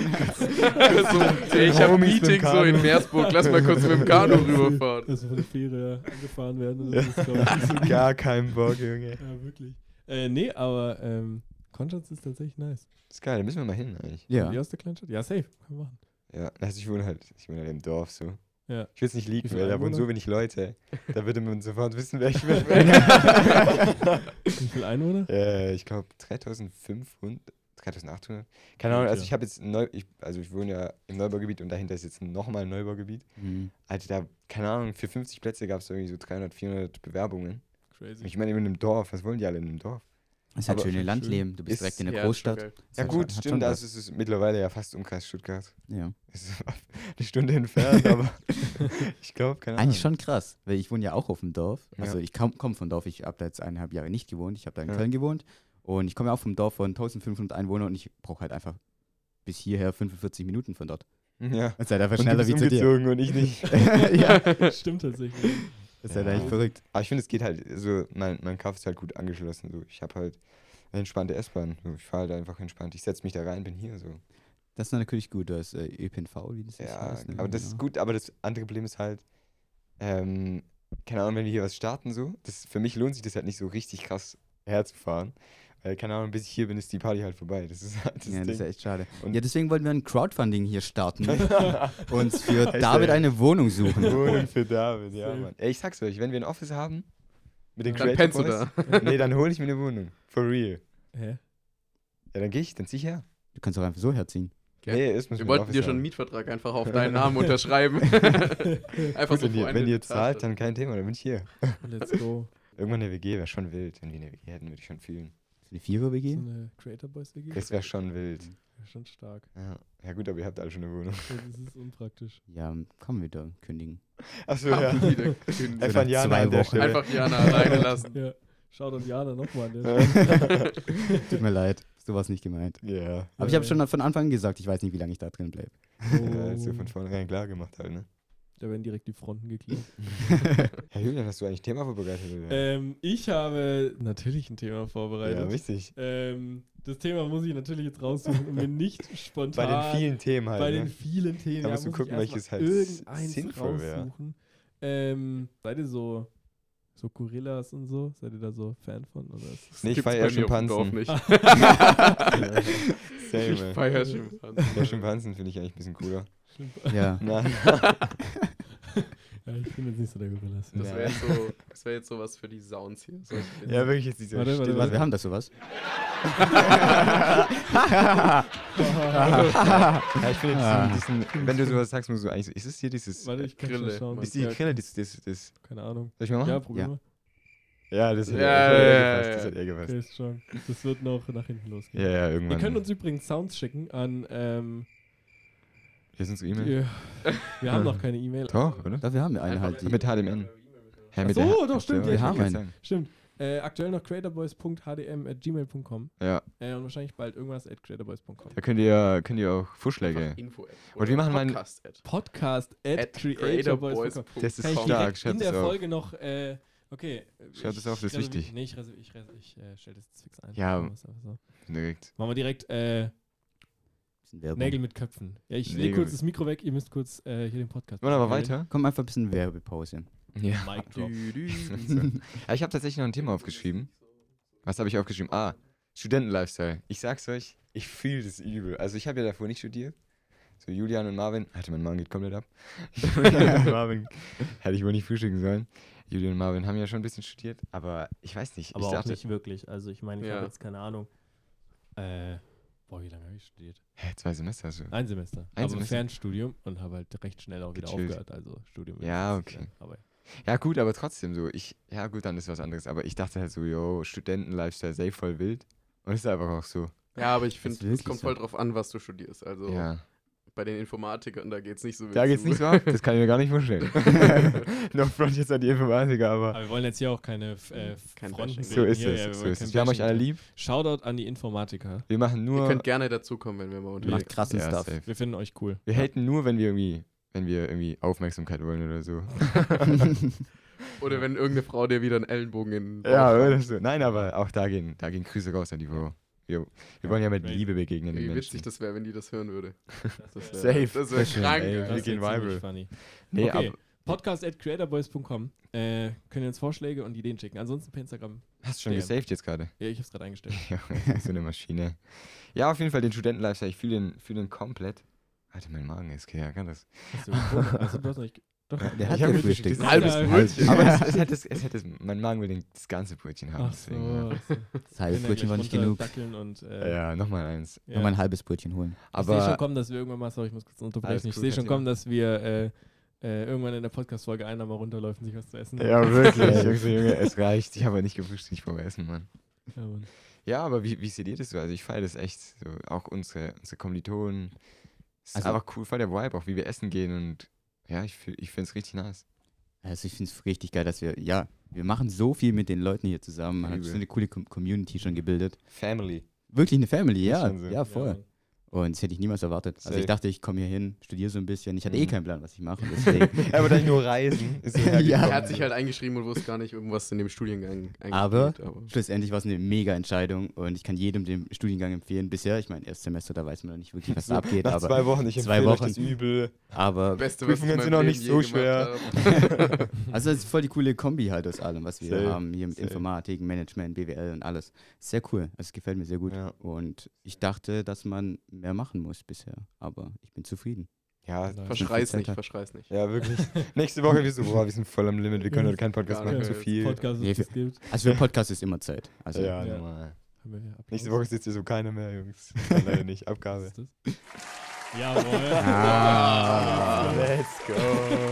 Speaker 4: so, ey, ich habe ein
Speaker 2: Homies mit dem
Speaker 4: Meeting so in
Speaker 2: Kanu.
Speaker 4: Meersburg, lass mal kurz mit dem Kanu rüberfahren.
Speaker 1: Dass wir von der Fähre angefahren werden. Oder so, das glaub ich nicht so gut.
Speaker 2: Gar keinen Bock, Junge.
Speaker 1: Ja, wirklich. Nee, aber Konstanz ist tatsächlich nice.
Speaker 2: Das ist geil, da müssen wir mal hin eigentlich.
Speaker 3: Ja.
Speaker 1: Die aus der Kleinstadt? Ja, safe. Können wir machen.
Speaker 2: Ja, also ich wohne halt im Dorf so.
Speaker 1: Ja.
Speaker 2: Ich will es nicht
Speaker 1: Wie
Speaker 2: liegen,
Speaker 1: viele
Speaker 2: weil da wohnen
Speaker 1: Einwohner?
Speaker 2: so wenig Leute. Da würde man sofort wissen, wer ich bin.
Speaker 1: Wie viele Einwohner?
Speaker 2: Ich glaube 3500, 3800. Keine Ahnung, also ich habe jetzt ich wohne ja im Neubaugebiet und dahinter ist jetzt nochmal ein Neubaugebiet.
Speaker 3: Mhm.
Speaker 2: Also da, keine Ahnung, für 50 Plätze gab es irgendwie so 300, 400 Bewerbungen.
Speaker 1: Crazy.
Speaker 2: Ich meine, in einem Dorf, was wollen die alle in einem Dorf?
Speaker 3: Das ist halt
Speaker 2: Aber
Speaker 3: schöne
Speaker 1: schön.
Speaker 3: Landleben. Du bist
Speaker 2: Ist-
Speaker 3: direkt in der
Speaker 4: Ja, ist schon
Speaker 3: Großstadt.
Speaker 4: geil.
Speaker 3: Das
Speaker 2: Ja
Speaker 3: hat
Speaker 2: gut,
Speaker 3: schon- hat schon
Speaker 2: stimmt,
Speaker 3: was.
Speaker 2: also es ist mittlerweile ja fast Umkreis Stuttgart.
Speaker 3: Ja.
Speaker 2: Es ist eine Stunde entfernt, aber ich glaube, keine Ahnung.
Speaker 3: Eigentlich schon krass, weil ich wohne ja auch auf dem Dorf.
Speaker 2: Ja.
Speaker 3: Also ich komme vom Dorf, ich habe da jetzt 1,5 Jahre nicht gewohnt. Ich habe da in
Speaker 2: Ja.
Speaker 3: Köln gewohnt und ich komme ja auch vom Dorf von 1500 Einwohnern und ich brauche halt einfach bis hierher 45 Minuten von dort.
Speaker 2: Ja.
Speaker 3: Das ist halt einfach
Speaker 2: Und du
Speaker 3: schneller
Speaker 2: bist
Speaker 3: wie zu dir.
Speaker 2: umgezogen und ich nicht.
Speaker 3: Ja,
Speaker 1: Stimmt tatsächlich.
Speaker 3: das ist halt
Speaker 2: Ja.
Speaker 3: eigentlich verrückt.
Speaker 2: Aber ich finde, es geht halt, so, mein Kauf ist halt gut angeschlossen. So. Ich habe halt eine entspannte S-Bahn. So. Ich fahre halt einfach entspannt. Ich setze mich da rein, bin hier so.
Speaker 3: Das ist natürlich gut, du hast ÖPNV, wie das jetzt
Speaker 2: Ja,
Speaker 3: heißt. Ne?
Speaker 2: aber das ist gut. Aber das andere Problem ist halt, keine Ahnung, wenn wir hier was starten, so, für mich lohnt sich das halt nicht so richtig krass herzufahren. Weil, keine Ahnung, bis ich hier bin, ist die Party halt vorbei. Das ist halt das
Speaker 3: Ja, das
Speaker 2: Ding.
Speaker 3: ist ja echt schade.
Speaker 2: Und-
Speaker 3: Ja, deswegen wollten wir ein Crowdfunding hier starten. Uns für
Speaker 2: Hashtag
Speaker 3: David eine Wohnung suchen.
Speaker 2: Wohnung für David, ja,
Speaker 1: Safe.
Speaker 2: Mann. Ey, ich sag's euch, wenn wir ein Office haben, mit den
Speaker 4: Dann
Speaker 2: Creator
Speaker 4: pennst du
Speaker 2: Boys,
Speaker 4: da.
Speaker 2: nee, dann hole ich mir eine Wohnung. For real.
Speaker 1: Hä?
Speaker 2: Ja, dann zieh ich her.
Speaker 3: Du kannst auch einfach so herziehen.
Speaker 4: Okay.
Speaker 2: Nee, es muss
Speaker 4: Wir
Speaker 2: ein
Speaker 4: wollten
Speaker 2: Office
Speaker 4: dir schon einen
Speaker 2: haben.
Speaker 4: Mietvertrag einfach auf deinen Namen unterschreiben. Einfach
Speaker 2: Gut,
Speaker 4: so
Speaker 2: wenn ihr zahlt, dann kein Thema, dann bin ich hier.
Speaker 1: Let's go.
Speaker 2: Irgendwann eine WG wäre schon wild. Wenn wir eine WG hätten, würde ich schon fühlen.
Speaker 3: Eine 4er-WG?
Speaker 1: So eine Creator Boys WG?
Speaker 2: Das wäre schon wild.
Speaker 1: Ja, schon stark.
Speaker 2: Ja gut, aber ihr habt alle schon eine Wohnung.
Speaker 1: Das ist unpraktisch.
Speaker 3: Ja, komm wieder, kündigen.
Speaker 2: Achso, ja. Einfach
Speaker 3: nach
Speaker 2: Jana
Speaker 3: 2
Speaker 2: an der
Speaker 3: Wochen.
Speaker 2: Stelle.
Speaker 4: Einfach Jana alleine lassen.
Speaker 1: Ja. Schaut uns Jana nochmal an der Stelle.
Speaker 3: Tut mir leid, so war es nicht gemeint.
Speaker 2: Ja.
Speaker 3: Aber ich habe schon von Anfang an gesagt, ich weiß nicht, wie lange ich da drin bleibe.
Speaker 2: Ja, hast du von vornherein klar gemacht halt, ne?
Speaker 1: Da werden direkt die Fronten geklärt.
Speaker 2: Herr Julian, hast du eigentlich ein Thema vorbereitet? Oder?
Speaker 1: Ich habe natürlich ein Thema vorbereitet.
Speaker 2: Ja, wichtig.
Speaker 1: Das Thema muss ich natürlich jetzt raussuchen und mir nicht spontan
Speaker 2: Bei den vielen Themen halt,
Speaker 1: bei
Speaker 2: ne?
Speaker 1: den vielen Themen.
Speaker 2: Da musst du
Speaker 1: muss
Speaker 2: gucken,
Speaker 1: ich
Speaker 2: welches
Speaker 1: erst mal
Speaker 2: halt
Speaker 1: irgendeins
Speaker 2: sinnvoll wäre.
Speaker 1: raussuchen. Seid ihr so Gorillas und so? Seid ihr da so Fan von? Oder ist das
Speaker 2: Nee, ich
Speaker 4: Gibt's
Speaker 2: feier
Speaker 4: bei mir auf dem Dorf
Speaker 2: Schimpansen.
Speaker 4: nicht.
Speaker 2: Same,
Speaker 4: Ich
Speaker 2: ey.
Speaker 4: feier Schimpansen.
Speaker 2: Ja, Schimpansen finde ich eigentlich ein bisschen cooler.
Speaker 3: Ja.
Speaker 2: Nein.
Speaker 1: Ja, ich bin jetzt nicht so der Gorillas.
Speaker 4: Das wäre jetzt sowas für die Sounds hier.
Speaker 2: Ja, wirklich jetzt diese
Speaker 1: Warte,
Speaker 2: Stille.
Speaker 3: Was, wir haben das sowas?
Speaker 2: Ja, ich finde diesen, wenn du sowas sagst, musst du eigentlich so, ist es hier dieses,
Speaker 1: Warte, ich kann
Speaker 4: Grille.
Speaker 1: schon schauen.
Speaker 2: ist die
Speaker 1: Ja,
Speaker 2: Grille, das,
Speaker 1: keine Ahnung.
Speaker 2: soll ich mal machen?
Speaker 1: Ja, probier
Speaker 3: Ja.
Speaker 1: mal.
Speaker 2: Ja, das hat
Speaker 4: Ja,
Speaker 2: eher
Speaker 4: ja,
Speaker 2: gepasst,
Speaker 4: ja,
Speaker 2: das
Speaker 4: ja.
Speaker 2: hat eher gepasst.
Speaker 1: Okay, ist schon. Das wird noch nach hinten losgehen.
Speaker 2: Ja, ja,
Speaker 1: Ihr
Speaker 2: irgendwann.
Speaker 1: könnt uns übrigens Sounds schicken an,
Speaker 2: Hier ist unsere E-Mail.
Speaker 1: wir haben noch keine E-Mail.
Speaker 2: Doch, oder?
Speaker 3: Dafür haben wir eine halt.
Speaker 2: Mit HDMN. Hä,
Speaker 1: Ach
Speaker 2: mit
Speaker 1: so,
Speaker 2: der-
Speaker 1: doch, stimmt,
Speaker 2: Ja,
Speaker 1: ja,
Speaker 2: ich
Speaker 3: wir haben
Speaker 2: wollte
Speaker 3: einen.
Speaker 2: sagen.
Speaker 1: Stimmt. Aktuell noch creatorboys.hdm@gmail.com
Speaker 2: Ja,
Speaker 1: und wahrscheinlich bald irgendwas @creatorboys.com.
Speaker 2: da könnt ihr auch Vorschläge.
Speaker 4: Info
Speaker 2: Und wir machen mal ein-
Speaker 1: Podcast@creatorboys.com.
Speaker 2: Das ist
Speaker 1: Kann ich
Speaker 2: stark,
Speaker 1: direkt
Speaker 2: schreibt
Speaker 1: in
Speaker 2: es
Speaker 1: der
Speaker 2: auf.
Speaker 1: Folge noch, okay.
Speaker 2: Schreibt es auf, das ist wichtig.
Speaker 1: Nee, ich stelle das jetzt fix ein.
Speaker 2: Ja.
Speaker 1: Machen wir's einfach so.
Speaker 2: Direkt.
Speaker 1: Machen wir direkt
Speaker 3: Bisschen Werbung.
Speaker 1: Nägel mit Köpfen. Ja, ich lege
Speaker 2: Nägel
Speaker 1: kurz
Speaker 2: mit-
Speaker 1: das Mikro weg, ihr müsst kurz hier den Podcast.
Speaker 2: Wollen wir aber
Speaker 1: bespielen.
Speaker 2: weiter?
Speaker 3: Komm, einfach ein bisschen Werbepause.
Speaker 2: Ja.
Speaker 1: Mic drop.
Speaker 2: Ja, ich habe tatsächlich noch ein Thema aufgeschrieben. Was habe ich aufgeschrieben? Studentenlifestyle. Ich sag's euch, ich fühle das übel. Also ich habe ja davor nicht studiert. So Julian und Marvin, Alter, mein Magen geht komplett ab. Julian und Marvin, hätte ich wohl nicht frühstücken sollen. Julian und Marvin haben ja schon ein bisschen studiert, aber ich weiß nicht.
Speaker 5: Aber
Speaker 2: ich
Speaker 5: auch
Speaker 2: dachte,
Speaker 5: nicht wirklich. Also ich meine, ich
Speaker 4: Ja.
Speaker 5: habe jetzt keine Ahnung.
Speaker 1: Wie lange habe ich studiert?
Speaker 2: 2 Semester hast du.
Speaker 1: Ein Semester.
Speaker 2: Ein
Speaker 1: aber
Speaker 2: Semester?
Speaker 1: Fernstudium und habe halt recht schnell auch wieder
Speaker 2: Gechillt.
Speaker 1: aufgehört. Also Studium.
Speaker 2: Ja,
Speaker 1: ist,
Speaker 2: okay.
Speaker 1: Aber
Speaker 2: Ja gut, aber trotzdem so. Ja gut, dann ist was anderes. Aber ich dachte halt so, yo, Studenten-Lifestyle, safe voll wild. Und ist einfach auch so.
Speaker 4: Ja, aber ich
Speaker 3: Das
Speaker 4: finde,
Speaker 3: ist
Speaker 4: es
Speaker 3: wirklich
Speaker 4: kommt
Speaker 3: so.
Speaker 4: voll drauf an, was du studierst. Also
Speaker 2: Ja.
Speaker 4: bei den Informatikern, da geht's nicht so
Speaker 2: Da geht's
Speaker 4: zu.
Speaker 2: nicht so ab, das kann ich mir gar nicht vorstellen. Noch Front jetzt an die Informatiker, aber
Speaker 1: wir wollen jetzt hier auch keine
Speaker 4: Kein
Speaker 1: Fronten
Speaker 4: Bashing.
Speaker 2: so
Speaker 1: bilden
Speaker 2: ist
Speaker 1: hier.
Speaker 2: es.
Speaker 1: Ja,
Speaker 2: So
Speaker 1: wollen
Speaker 2: ist
Speaker 1: kein
Speaker 2: es. Wir haben euch
Speaker 1: Bashing
Speaker 2: alle
Speaker 1: tun.
Speaker 2: lieb.
Speaker 1: Shoutout an die Informatiker.
Speaker 2: Wir machen
Speaker 4: Ihr
Speaker 2: nur.
Speaker 4: könnt gerne dazukommen, wenn wir mal unterwegs
Speaker 3: Macht krassen
Speaker 2: Ja,
Speaker 3: Stuff.
Speaker 2: safe.
Speaker 1: Wir finden euch cool.
Speaker 2: Wir haten nur, wenn wir irgendwie Aufmerksamkeit wollen oder so.
Speaker 4: Oder wenn irgendeine Frau dir wieder einen Ellenbogen in den Bauch
Speaker 2: Ja,
Speaker 4: rammt.
Speaker 2: oder so. Nein, aber auch da gehen Grüße raus an die Frau. Wir wollen ja mit
Speaker 1: Right.
Speaker 2: Liebe begegnen den
Speaker 4: Wie
Speaker 2: Menschen.
Speaker 4: witzig das wäre, wenn die das hören würde. Das
Speaker 2: Safe.
Speaker 4: Das wäre
Speaker 2: Schön,
Speaker 4: krank.
Speaker 2: ey.
Speaker 4: Alter.
Speaker 2: Wir
Speaker 1: Das
Speaker 2: gehen
Speaker 1: ist ziemlich
Speaker 2: viral.
Speaker 1: funny.
Speaker 2: Nee,
Speaker 1: Okay.
Speaker 2: aber
Speaker 1: Podcast@creatorboys.com. Könnt ihr uns Vorschläge und Ideen schicken. Ansonsten per Instagram.
Speaker 2: hast du schon
Speaker 1: DM.
Speaker 2: gesaved jetzt gerade?
Speaker 1: Ja, ich hab's gerade eingestellt.
Speaker 2: Ja, so eine Maschine. Ja, auf jeden Fall den Studenten-Lifestyle. Ich fühle den komplett. Alter, mein Magen ist ja, kann das.
Speaker 1: Hast du gefunden? Also, du hast noch nicht. Doch,
Speaker 3: Der hat
Speaker 2: Ich hab
Speaker 3: gefrühstückt.
Speaker 2: gefrühstückt.
Speaker 4: Halbes
Speaker 1: Ja,
Speaker 4: Brötchen.
Speaker 2: Aber es hätte, mein Magen will das ganze Brötchen haben.
Speaker 1: Ach
Speaker 2: Deswegen,
Speaker 1: so.
Speaker 3: Das halbe Brötchen war nicht genug.
Speaker 1: Dackeln und,
Speaker 2: ja, nochmal eins.
Speaker 1: ja.
Speaker 3: Nochmal ein halbes Brötchen holen.
Speaker 1: Ich sehe schon
Speaker 2: Aber
Speaker 1: kommen, dass wir irgendwann mal, sorry, ich muss kurz
Speaker 2: Alles
Speaker 1: unterbrechen, ich
Speaker 2: gut,
Speaker 1: sehe schon
Speaker 2: kein
Speaker 1: kommen, dass wir irgendwann in der Podcast-Folge einer mal runterläuft und sich was zu essen.
Speaker 2: ja, wirklich. Junge, es reicht. Ich habe nicht gefrühstückt, ich brauche Essen, Mann.
Speaker 1: Ja, Mann.
Speaker 2: Ja, aber wie seht ihr das so? Also ich feiere das echt. So, auch unsere Kommilitonen. Es ist
Speaker 3: Also-
Speaker 2: einfach cool, voll der Vibe, auch wie wir essen gehen und ja, ich finde es richtig nice.
Speaker 3: Also ich finde es richtig geil, dass wir machen so viel mit den Leuten hier zusammen. Man hat
Speaker 2: Übel.
Speaker 3: so eine coole Community schon gebildet.
Speaker 2: Family.
Speaker 3: Wirklich eine Family,
Speaker 2: Ist
Speaker 3: ja.
Speaker 2: schon so.
Speaker 3: Ja, voll.
Speaker 1: Ja, Mann.
Speaker 3: Und das hätte ich niemals erwartet. Also
Speaker 2: Safe.
Speaker 3: ich dachte, ich komme hier hin, studiere so ein bisschen. Ich hatte
Speaker 2: Mhm.
Speaker 3: keinen Plan, was ich mache. Deswegen.
Speaker 2: Aber da ich nur reisen, ist
Speaker 3: Ja.
Speaker 4: Er hat sich halt eingeschrieben und wusste gar nicht irgendwas in dem Studiengang eigentlich
Speaker 3: Aber
Speaker 4: geht,
Speaker 3: schlussendlich war es eine mega Entscheidung und ich kann jedem den Studiengang empfehlen. Bisher, ich meine, Erstsemester, da weiß man noch nicht wirklich, was da abgeht.
Speaker 2: Nach
Speaker 3: Aber
Speaker 2: 2 Wochen, ich
Speaker 3: 2
Speaker 2: empfehle euch
Speaker 3: Wochen.
Speaker 2: das übel.
Speaker 4: Beste,
Speaker 2: Prüfungen
Speaker 4: was ich
Speaker 2: sind
Speaker 4: in
Speaker 2: auch
Speaker 4: meinem
Speaker 2: nicht
Speaker 4: Leben
Speaker 2: so
Speaker 4: je
Speaker 2: schwer.
Speaker 4: gemacht habe.
Speaker 3: also es ist voll die coole Kombi halt aus allem, was wir
Speaker 2: Safe,
Speaker 3: haben. Hier mit
Speaker 2: safe.
Speaker 3: Informatik, Management, BWL und alles. Sehr cool. Also es gefällt mir sehr gut.
Speaker 2: Ja.
Speaker 3: Und ich dachte, dass man mehr machen muss bisher. Aber ich bin zufrieden.
Speaker 2: Ja,
Speaker 4: Verschrei's nicht,
Speaker 3: Center.
Speaker 4: verschrei's nicht.
Speaker 2: ja, wirklich. Nächste Woche wir so, boah, wir sind voll am Limit, wir können heute keinen Podcast
Speaker 4: Gar
Speaker 2: machen,
Speaker 4: nicht.
Speaker 2: zu viel.
Speaker 1: Podcast,
Speaker 3: Nee,
Speaker 1: es das gibt.
Speaker 3: Also für Podcast ist immer Zeit. Also
Speaker 2: Ja,
Speaker 1: Ja.
Speaker 2: normal.
Speaker 1: Haben wir hier Applaus?
Speaker 2: Nächste Woche sitzt hier so keiner mehr, Jungs. Kann leider nicht,
Speaker 1: Was
Speaker 2: Abgabe.
Speaker 1: ist das? Jawohl.
Speaker 3: Ah.
Speaker 2: Let's go.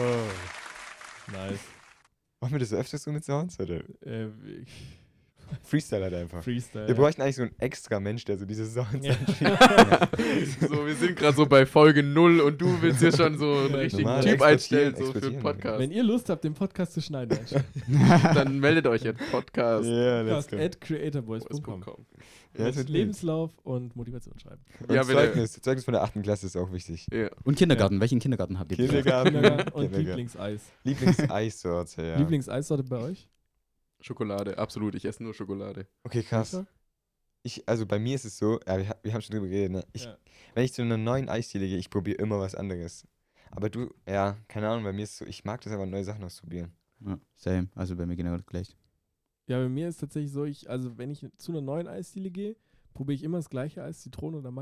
Speaker 1: Nice.
Speaker 2: Machen wir das so öfters so mit Sounds, oder?
Speaker 1: Ich-
Speaker 2: Freestyle halt einfach.
Speaker 1: Freestyle.
Speaker 2: Wir bräuchten eigentlich so einen extra Mensch, der so diese Sounds
Speaker 1: Ja.
Speaker 4: So, wir sind gerade so bei Folge 0 und du willst hier schon so einen
Speaker 1: Ja,
Speaker 4: richtigen
Speaker 2: normal,
Speaker 4: Typ einstellen, so für
Speaker 2: exportieren,
Speaker 4: Podcast.
Speaker 1: Wenn ihr Lust habt, den Podcast zu schneiden,
Speaker 4: Dann meldet euch jetzt Podcast.
Speaker 2: Yeah, let's go.
Speaker 1: creatorboys.com.
Speaker 2: Ja, das wird
Speaker 1: Lebenslauf und Motivation schreiben.
Speaker 2: Und
Speaker 4: Ja, bitte.
Speaker 2: Zeugnis von der 8. Klasse ist auch wichtig.
Speaker 4: Ja.
Speaker 3: Und Kindergarten. Welchen Kindergarten habt ihr?
Speaker 2: Kindergarten.
Speaker 1: Kindergarten und
Speaker 2: Kindergarten.
Speaker 1: Lieblingseis.
Speaker 2: Lieblingseissorte, ja.
Speaker 1: Lieblingseissorte bei euch?
Speaker 4: Schokolade, absolut. Ich esse nur Schokolade.
Speaker 2: Okay, krass. Also bei mir ist es so, ja, wir haben schon drüber geredet, ne?
Speaker 1: Ja.
Speaker 2: Wenn ich zu einer neuen Eisdiele gehe, ich probiere immer was anderes. Aber du, ja, keine Ahnung, bei mir ist es so, ich mag das aber, neue Sachen ausprobieren.
Speaker 3: Ja, same. Also bei mir genau gleich.
Speaker 1: Ja, bei mir ist tatsächlich so, wenn ich zu einer neuen Eisdiele gehe, probiere ich immer das gleiche Eis, Zitrone oder Mango.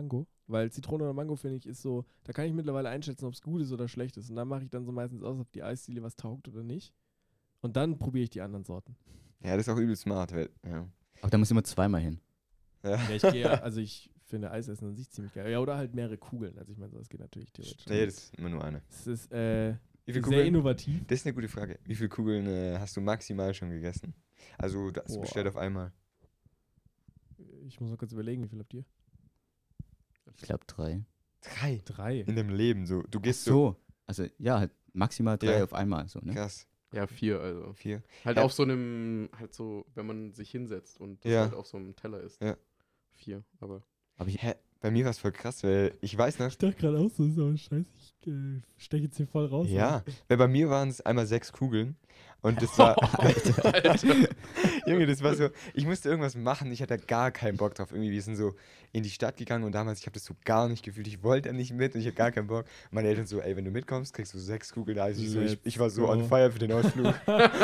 Speaker 1: Weil Zitrone oder Mango, finde ich, ist so, da kann ich mittlerweile einschätzen, ob es gut ist oder schlecht ist. Und dann mache ich dann so meistens aus, ob die Eisdiele was taugt oder nicht. Und dann probiere ich die anderen Sorten.
Speaker 2: Ja, das ist auch übel smart. Weil, ja.
Speaker 3: Aber da muss immer zweimal hin.
Speaker 2: Ja.
Speaker 1: Ja, also ich finde Eisessen an sich ziemlich geil. Ja, oder halt mehrere Kugeln. Also ich meine, das geht natürlich theoretisch.
Speaker 2: Nee, das ist immer nur eine.
Speaker 1: Es ist
Speaker 2: Wie viele
Speaker 1: sehr
Speaker 2: Kugeln?
Speaker 1: innovativ.
Speaker 2: Das ist eine gute Frage. Wie viele Kugeln hast du maximal schon gegessen? Also, du hast
Speaker 1: Boah.
Speaker 2: bestellt auf einmal.
Speaker 1: Ich muss mal kurz überlegen, wie viel habt ihr?
Speaker 3: Ich glaube 3.
Speaker 2: 3
Speaker 1: 3.
Speaker 2: in dem Leben. So. Du
Speaker 3: Ach
Speaker 2: gehst
Speaker 3: so. Also ja, halt maximal 3
Speaker 2: Ja.
Speaker 3: auf einmal. So, ne?
Speaker 2: krass.
Speaker 4: Ja, 4, also.
Speaker 2: 4.
Speaker 4: Halt
Speaker 2: Ja.
Speaker 4: auf so einem, halt so, wenn man sich hinsetzt und das
Speaker 2: Ja.
Speaker 4: halt auf so einem Teller isst.
Speaker 2: Ja.
Speaker 4: 4, aber.
Speaker 3: Aber ich,
Speaker 2: Hä? Bei mir war es voll krass, weil ich weiß noch.
Speaker 1: Ich dachte gerade auch so, ist aber scheiße, ich steche jetzt hier voll raus.
Speaker 2: Ja, weil bei mir waren es einmal 6 Kugeln. Und das war. Junge, das war so. Ich musste irgendwas machen. Ich hatte gar keinen Bock drauf. Irgendwie, wir sind so in die Stadt gegangen und damals, ich habe das so gar nicht gefühlt. Ich wollte nicht mit und ich hatte gar keinen Bock. Meine Eltern so, ey, wenn du mitkommst, kriegst du 6 Kugeln Eis. Ich war so
Speaker 1: Let's
Speaker 2: on
Speaker 1: go.
Speaker 2: fire für den Ausflug.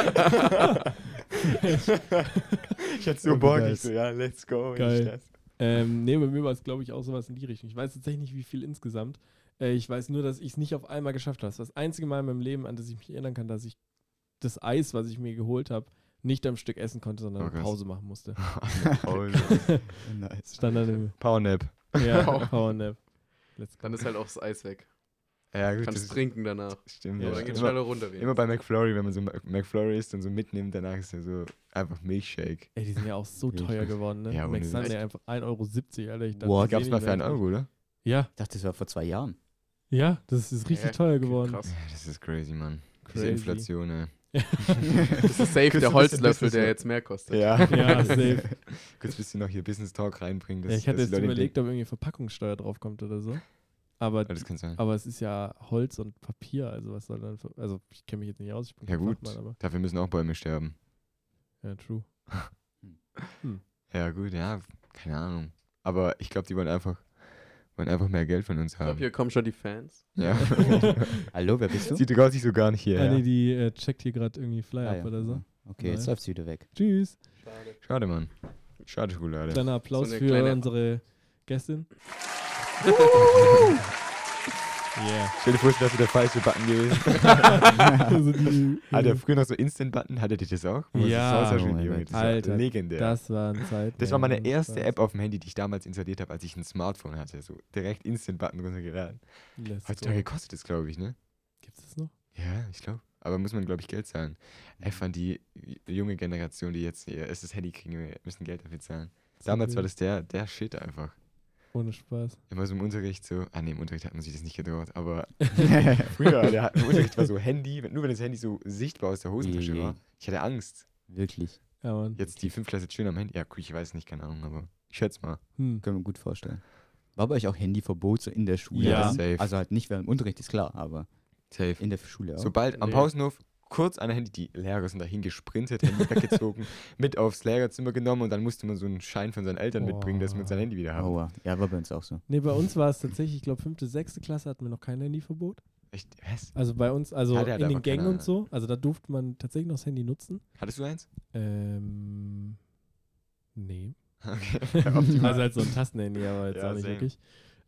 Speaker 2: Ich hatte so
Speaker 3: Oh,
Speaker 2: Bock.
Speaker 3: nice.
Speaker 2: Ich so, ja, let's go.
Speaker 1: Geil. Nee, bei mir war es, glaube ich, auch sowas in die Richtung. Ich weiß tatsächlich nicht, wie viel insgesamt. Ich weiß nur, dass ich es nicht auf einmal geschafft habe. Das war das einzige Mal in meinem Leben, an das ich mich erinnern kann, dass ich das Eis, was ich mir geholt habe, nicht am Stück essen konnte, sondern
Speaker 2: Oh,
Speaker 1: eine
Speaker 2: krass.
Speaker 1: Pause machen musste.
Speaker 3: nice.
Speaker 1: Stand dann im
Speaker 2: Powernap.
Speaker 1: ja, Powernap. Let's go.
Speaker 4: Dann ist halt auch das Eis weg.
Speaker 2: Ja, gut.
Speaker 4: Kannst
Speaker 2: das
Speaker 4: trinken danach.
Speaker 2: stimmt.
Speaker 1: Ja,
Speaker 4: Aber
Speaker 2: Ja,
Speaker 4: dann geht's
Speaker 2: immer,
Speaker 4: schneller runter.
Speaker 2: immer bei McFlurry, wenn man so McFlurry isst und so mitnimmt, danach ist ja so einfach Milkshake.
Speaker 1: Ey, die sind ja auch so
Speaker 3: Wirklich.
Speaker 1: teuer geworden, ne?
Speaker 2: Ja, ohne
Speaker 1: Max Sunday
Speaker 2: Witz.
Speaker 1: einfach 1,70 €, Alter. Ich dachte,
Speaker 3: Boah,
Speaker 1: das
Speaker 2: Gab's
Speaker 1: sehen
Speaker 2: mal
Speaker 1: die
Speaker 2: für 1
Speaker 1: Leute
Speaker 2: Euro, oder?
Speaker 1: Ja,
Speaker 3: Ich dachte, das war vor 2 Jahren.
Speaker 1: ja, das ist richtig teuer geworden.
Speaker 4: Krass.
Speaker 2: Ja, das ist crazy, Mann. Diese
Speaker 1: Crazy.
Speaker 2: Inflation, ey.
Speaker 4: Das ist safe
Speaker 2: Kurz
Speaker 4: der
Speaker 2: ein
Speaker 4: Holzlöffel,
Speaker 2: bisschen
Speaker 4: der
Speaker 2: Business-
Speaker 4: jetzt mehr kostet.
Speaker 2: Ja.
Speaker 1: Ja, safe.
Speaker 2: Kurz ein bisschen noch hier Business Talk reinbringen.
Speaker 1: Ja, ich hatte
Speaker 2: dass
Speaker 1: jetzt
Speaker 2: die Leute
Speaker 1: überlegt, ob irgendwie Verpackungssteuer draufkommt oder so. Aber,
Speaker 2: denken, das kann sein.
Speaker 1: aber es ist ja Holz und Papier, also was soll dann. Also, ich kenne mich jetzt nicht aus, ich bin
Speaker 2: Ja
Speaker 1: kein
Speaker 2: gut,
Speaker 1: Fachmann, aber.
Speaker 2: dafür müssen auch Bäume sterben.
Speaker 1: Ja, true.
Speaker 2: Ja gut, ja, keine Ahnung. Aber ich glaube, die wollen einfach mehr Geld von uns
Speaker 4: Ich glaube,
Speaker 2: haben.
Speaker 4: hier kommen schon die Fans.
Speaker 2: Ja.
Speaker 3: Hallo, wer bist du?
Speaker 2: Sie traut sich so gar nicht hier.
Speaker 1: Ah,
Speaker 2: Ja.
Speaker 1: nee, die checkt hier gerade irgendwie Flyer
Speaker 3: Ah,
Speaker 1: ab
Speaker 3: ja.
Speaker 1: oder so.
Speaker 3: Okay, jetzt
Speaker 1: Nice.
Speaker 3: läuft sie wieder weg.
Speaker 1: Tschüss.
Speaker 4: Schade.
Speaker 2: Schade, Mann. Schade, Schokolade.
Speaker 1: Kleiner Applaus
Speaker 4: So eine
Speaker 1: für
Speaker 4: kleine-
Speaker 1: unsere Gästin. Yeah.
Speaker 2: Stell dir vor, das wäre der falsche Button gewesen.
Speaker 1: Also die,
Speaker 2: Hat er früher noch so Instant-Button? Hattet ihr das auch? Wo man
Speaker 1: Ja,
Speaker 2: so
Speaker 3: oh mein
Speaker 2: Junge,
Speaker 3: Gott.
Speaker 2: das war
Speaker 1: Alter,
Speaker 2: legendär.
Speaker 1: das war eine Zeit.
Speaker 2: Das war meine
Speaker 1: Mann,
Speaker 2: erste
Speaker 1: das-
Speaker 2: App auf dem Handy, die ich damals installiert habe, als ich ein Smartphone hatte. So direkt Instant-Button runtergeladen.
Speaker 1: Let's
Speaker 2: Heutzutage
Speaker 1: go.
Speaker 2: kostet das, glaube ich, ne?
Speaker 1: Gibt's das noch?
Speaker 2: Ja, ich glaube. Aber muss man, glaube ich, Geld zahlen. Einfach die junge Generation, die jetzt ihr erstes Handy kriegen, wir müssen Geld dafür zahlen. Damals war das der Shit einfach.
Speaker 1: Ohne Spaß.
Speaker 2: Immer so im Unterricht so, im Unterricht hat man sich das nicht getraut, aber früher, im Unterricht war so Handy, nur wenn das Handy so sichtbar aus der Hosentasche war. Ich hatte Angst.
Speaker 3: Wirklich.
Speaker 1: Ja, Mann.
Speaker 2: Jetzt die 5 Klasse schön am Handy. Ja, gut, ich weiß nicht, keine Ahnung, aber ich schätze mal.
Speaker 1: Hm.
Speaker 3: Können wir gut vorstellen. War bei euch auch Handyverbot so in der Schule?
Speaker 1: Ja.
Speaker 3: dann?
Speaker 2: Safe.
Speaker 3: Also halt nicht während dem Unterricht, ist klar, aber
Speaker 2: Safe.
Speaker 3: in der Schule auch.
Speaker 2: Sobald am
Speaker 4: Nee.
Speaker 2: Pausenhof kurz an der Handy, die Lehrer sind dahin gesprintet, Handy weggezogen, mit aufs Lehrerzimmer genommen und dann musste man so einen Schein von seinen Eltern mitbringen, dass wir sein Handy wieder haben.
Speaker 3: Aua. Ja, war bei uns auch so.
Speaker 1: Nee, bei uns war es tatsächlich, ich glaube, 5., 6. Klasse hatten wir noch kein Handyverbot.
Speaker 2: Echt? Was?
Speaker 1: Also bei uns, also
Speaker 2: Ja, der hat
Speaker 1: in den
Speaker 2: aber keine-
Speaker 1: Gängen und so. Also da durfte man tatsächlich noch das Handy nutzen.
Speaker 2: Hattest du eins?
Speaker 1: Nee.
Speaker 2: Okay.
Speaker 1: Also halt so ein Tastenhandy, aber jetzt
Speaker 2: Ja,
Speaker 1: auch nicht
Speaker 2: same.
Speaker 1: wirklich.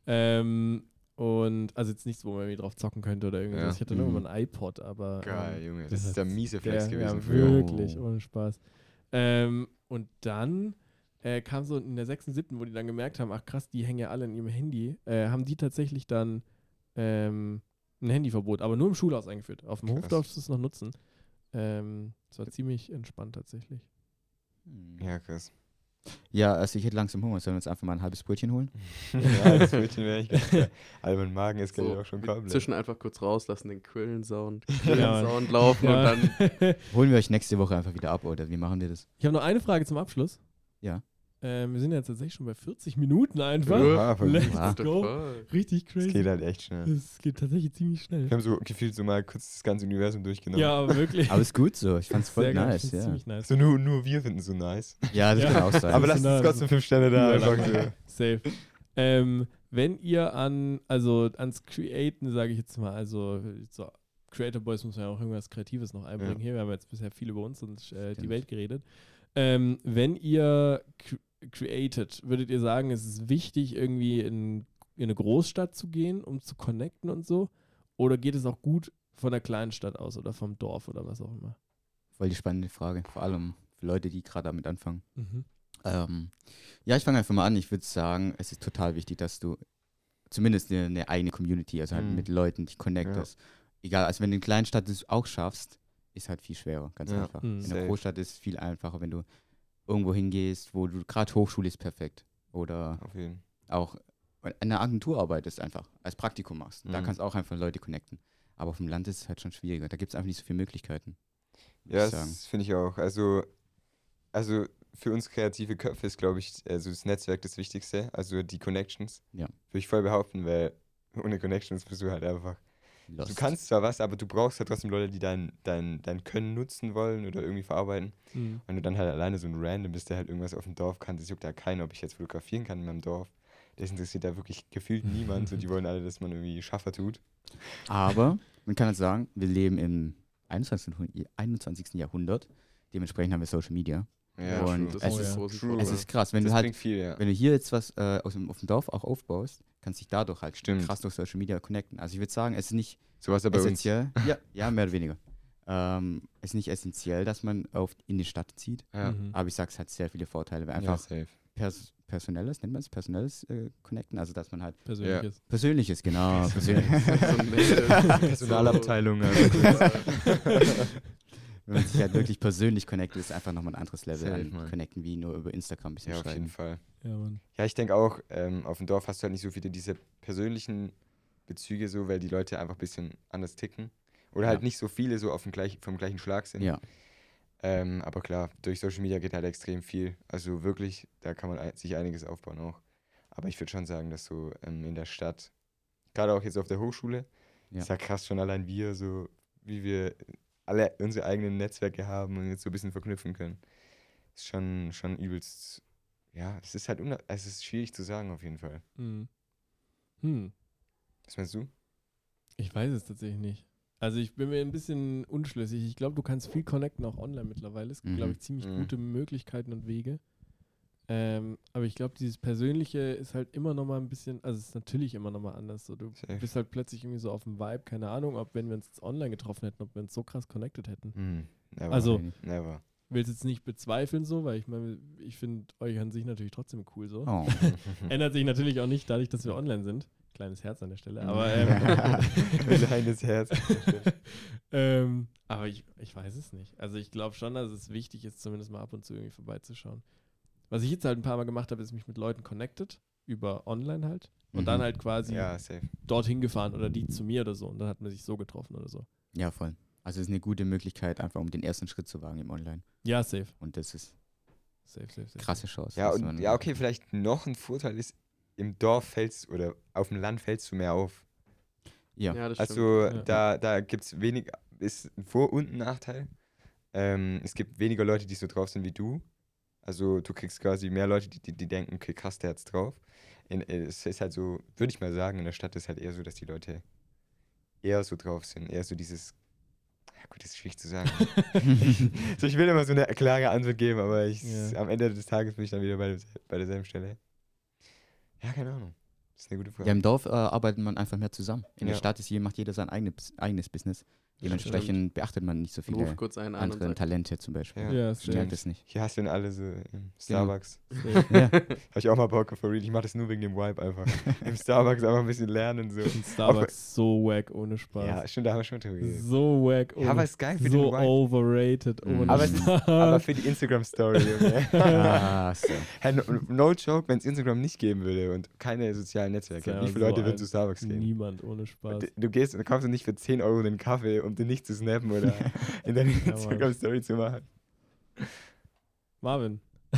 Speaker 1: Und also jetzt nichts, wo man irgendwie drauf zocken könnte oder irgendwas.
Speaker 2: Ja.
Speaker 1: Ich hatte nur immer ein iPod, aber.
Speaker 2: Geil, Junge.
Speaker 1: das
Speaker 2: Das ist
Speaker 1: ist
Speaker 2: der miese Flex
Speaker 1: der,
Speaker 2: gewesen
Speaker 1: ja,
Speaker 2: früher.
Speaker 1: wirklich, ohne Spaß. Und dann kam so in der 6., 7., wo die dann gemerkt haben, ach krass, die hängen ja alle in ihrem Handy, haben die tatsächlich dann ein Handyverbot, aber nur im Schulhaus eingeführt. Auf dem Hof
Speaker 2: Krass.
Speaker 1: darfst du es noch nutzen. Es war ziemlich entspannt tatsächlich.
Speaker 2: Ja, krass.
Speaker 3: Ja, also ich hätte langsam Hunger. Sollen wir uns einfach mal ein halbes Brötchen holen?
Speaker 2: Ja, das Brötchen wäre ich ganz geil. Aber mein Magen ist
Speaker 4: So,
Speaker 2: auch schon
Speaker 4: wir
Speaker 2: komplett.
Speaker 4: zischen einfach kurz raus, lassen den Quillen-Sound
Speaker 1: Ja.
Speaker 4: laufen und dann.
Speaker 3: Holen wir euch nächste Woche einfach wieder ab, oder wie machen wir das?
Speaker 1: Ich habe noch eine Frage zum Abschluss.
Speaker 3: Ja.
Speaker 1: Wir sind jetzt tatsächlich schon bei 40 Minuten einfach.
Speaker 2: Ja, voll
Speaker 1: Let's
Speaker 2: gut.
Speaker 3: What
Speaker 4: the
Speaker 1: go.
Speaker 4: fuck?
Speaker 1: Richtig
Speaker 2: Das
Speaker 1: crazy.
Speaker 2: geht halt echt schnell.
Speaker 1: Das geht tatsächlich ziemlich schnell.
Speaker 2: Wir haben so gefühlt so mal kurz das ganze Universum durchgenommen.
Speaker 1: Ja, aber wirklich.
Speaker 3: Aber ist gut so. Ich fand's voll
Speaker 1: Sehr geil. Ich
Speaker 3: nice,
Speaker 1: find's
Speaker 3: ja.
Speaker 1: ziemlich nice.
Speaker 2: So nur wir finden es so nice.
Speaker 3: Ja, das
Speaker 1: Ja.
Speaker 3: kann auch sein.
Speaker 2: Aber
Speaker 1: das
Speaker 2: lasst
Speaker 1: ist
Speaker 2: uns
Speaker 1: nah-
Speaker 2: trotzdem 5 Sterne da.
Speaker 1: Ja,
Speaker 2: Einfach so.
Speaker 1: Safe. Wenn ihr ans Createn, sage ich jetzt mal, also so Creator Boys muss man ja auch irgendwas Kreatives noch einbringen.
Speaker 2: Ja.
Speaker 1: Hier, wir haben jetzt bisher viel über uns und die
Speaker 3: Stimmt.
Speaker 1: Welt geredet. Wenn ihr created, würdet ihr sagen, es ist wichtig, irgendwie ein in eine Großstadt zu gehen, um zu connecten und so? Oder geht es auch gut von der kleinen Stadt aus oder vom Dorf oder was auch immer?
Speaker 3: Voll die spannende Frage, vor allem für Leute, die gerade damit anfangen.
Speaker 1: Mhm.
Speaker 3: Ja, ich fange einfach mal an. Ich würde sagen, es ist total wichtig, dass du zumindest eine eigene Community, also halt mit Leuten, die connectest. Ja. Egal, also wenn du in einer kleinen Stadt das auch schaffst, ist halt viel schwerer, ganz einfach. In einer Großstadt ist es viel einfacher, wenn du irgendwo hingehst, wo du gerade Hochschule ist perfekt. Oder auch in einer Agentur arbeitest einfach, als Praktikum machst. Da kannst du auch einfach Leute connecten. Aber auf dem Land ist es halt schon schwieriger. Da gibt es einfach nicht so viele Möglichkeiten.
Speaker 2: Ja, das finde ich auch. Also für uns kreative Köpfe ist, glaube ich, also das Netzwerk das Wichtigste, also die Connections.
Speaker 3: Ja.
Speaker 2: Würde ich voll behaupten, weil ohne Connections bist du halt einfach.
Speaker 3: Lost.
Speaker 2: Du kannst zwar was, aber du brauchst halt trotzdem Leute, die dein Können nutzen wollen oder irgendwie verarbeiten. Wenn du dann halt alleine so ein Random bist, der halt irgendwas auf dem Dorf kann, das juckt ja keiner, ob ich jetzt fotografieren kann in meinem Dorf. Das interessiert da wirklich gefühlt niemand. So, die wollen alle, dass man irgendwie Schaffer tut.
Speaker 3: Aber man kann halt sagen, wir leben im 21. Jahrhundert. Dementsprechend haben wir Social Media.
Speaker 2: Ja,
Speaker 3: und
Speaker 2: true.
Speaker 3: Es ist krass, wenn
Speaker 2: das
Speaker 3: du halt,
Speaker 2: viel,
Speaker 3: wenn du hier jetzt was auf dem Dorf auch aufbaust, kannst du dich dadurch halt krass durch Social Media connecten. Also ich würde sagen, es ist nicht essentiell. Ja, mehr oder weniger. Es ist nicht essentiell, dass man in die Stadt zieht, aber ich sage, es hat sehr viele Vorteile, weil einfach personelles, nennt man es, personelles Connecten, also dass man halt Persönliches, genau.
Speaker 2: Personalabteilung.
Speaker 3: Wenn man sich halt wirklich persönlich connectet, ist einfach nochmal ein anderes Level an Connecten, wie nur über Instagram ein bisschen schreiben.
Speaker 2: Auf jeden Fall.
Speaker 1: Ja, Mann.
Speaker 2: Ja, ich denke auch, auf dem Dorf hast du halt nicht so viele diese persönlichen Bezüge, so, weil die Leute einfach ein bisschen anders ticken. Oder halt nicht so viele so vom gleichen Schlag sind.
Speaker 3: Ja.
Speaker 2: Aber klar, durch Social Media geht halt extrem viel. Also wirklich, da kann man sich einiges aufbauen auch. Aber ich würde schon sagen, dass so in der Stadt, gerade auch jetzt auf der Hochschule, ist ja krass schon allein so wie wir alle unsere eigenen Netzwerke haben und jetzt so ein bisschen verknüpfen können. Ist schon übelst, ja, es ist halt, es ist schwierig zu sagen auf jeden Fall. Was meinst du?
Speaker 1: Ich weiß es tatsächlich nicht. Also ich bin mir ein bisschen unschlüssig. Ich glaube, du kannst viel connecten, auch online mittlerweile. Es gibt, glaube ich, ziemlich gute Möglichkeiten und Wege. Aber ich glaube, dieses Persönliche ist halt immer noch mal ein bisschen, also es ist natürlich immer noch mal anders. So, du bist halt plötzlich irgendwie so auf dem Vibe, keine Ahnung, ob wenn wir uns jetzt online getroffen hätten, ob wir uns so krass connected hätten.
Speaker 2: Never.
Speaker 1: Will es jetzt nicht bezweifeln so, weil ich meine, ich finde euch an sich natürlich trotzdem cool so.
Speaker 3: Oh.
Speaker 1: Ändert sich natürlich auch nicht dadurch, dass wir online sind. Kleines Herz an der Stelle, aber
Speaker 2: kleines Herz.
Speaker 1: aber ich weiß es nicht. Also ich glaube schon, dass es wichtig ist, zumindest mal ab und zu irgendwie vorbeizuschauen. Was ich jetzt halt ein paar Mal gemacht habe, ist mich mit Leuten connected, über online halt. Und dann halt quasi dorthin gefahren oder die zu mir oder so. Und dann hat man sich so getroffen oder so.
Speaker 3: Ja, voll. Also es ist eine gute Möglichkeit, einfach um den ersten Schritt zu wagen im Online.
Speaker 1: Ja, safe.
Speaker 3: Und das ist
Speaker 1: safe.
Speaker 3: Krasse Chance.
Speaker 2: Ja, und okay, vielleicht noch ein Vorteil ist, im Dorf oder auf dem Land fällst du mehr auf.
Speaker 3: Ja,
Speaker 2: das also stimmt. Da gibt es ist ein Vor- und ein Nachteil. Es gibt weniger Leute, die so drauf sind wie du. Also du kriegst quasi mehr Leute, die denken, okay, krass, der hat's drauf. Es ist halt so, würde ich mal sagen, in der Stadt ist halt eher so, dass die Leute eher so drauf sind. Eher so dieses, ja gut, das ist schwierig zu sagen. So, ich will immer so eine klare Antwort geben, aber am Ende des Tages bin ich dann wieder bei derselben Stelle. Ja, keine Ahnung. Das ist eine gute Frage.
Speaker 3: Ja, im Dorf arbeitet man einfach mehr zusammen. In der Stadt macht jeder sein eigenes Business. Dementsprechend beachtet man nicht so viele andere Talente zum Beispiel.
Speaker 2: Ja,
Speaker 3: ich merke das nicht.
Speaker 2: Hier hast du alle so im Starbucks. Ja. Habe ich auch mal Bock for real. Ich mache das nur wegen dem Vibe einfach. Im Starbucks einfach ein bisschen lernen. So.
Speaker 1: Im Starbucks so wack ohne Spaß.
Speaker 2: Ja, stimmt, da haben wir schon drüber geredet.
Speaker 1: So wack ohne Spaß.
Speaker 2: Ja, aber ist geil für den
Speaker 1: So
Speaker 2: Vibe.
Speaker 1: overrated ohne Spaß.
Speaker 2: Aber für die Instagram-Story, Junge.
Speaker 3: So.
Speaker 2: Hey, no joke, wenn es Instagram nicht geben würde und keine sozialen Netzwerke, wie viele Leute würden zu Starbucks gehen?
Speaker 1: Niemand ohne Spaß.
Speaker 2: Du gehst und kaufst nicht für 10 Euro einen Kaffee, um den nicht zu snappen oder in deine Instagram-Story zu machen.
Speaker 1: Marvin.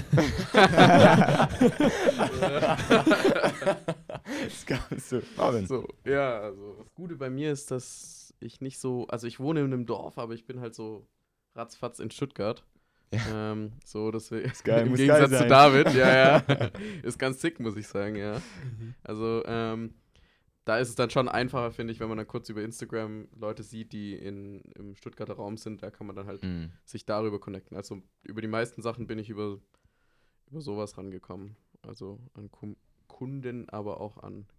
Speaker 2: Marvin.
Speaker 4: So, ja, also das Gute bei mir ist, dass ich nicht so, also ich wohne in einem Dorf, aber ich bin halt so ratzfatz in Stuttgart.
Speaker 2: Ja.
Speaker 4: So, deswegen,
Speaker 2: ist geil,
Speaker 4: im Gegensatz zu David, ja. Ist ganz sick, muss ich sagen, ja. Also, da ist es dann schon einfacher, finde ich, wenn man dann kurz über Instagram Leute sieht, die im Stuttgarter Raum sind, da kann man dann halt sich darüber connecten. Also über die meisten Sachen bin ich über sowas rangekommen. Also an Kunden, aber auch an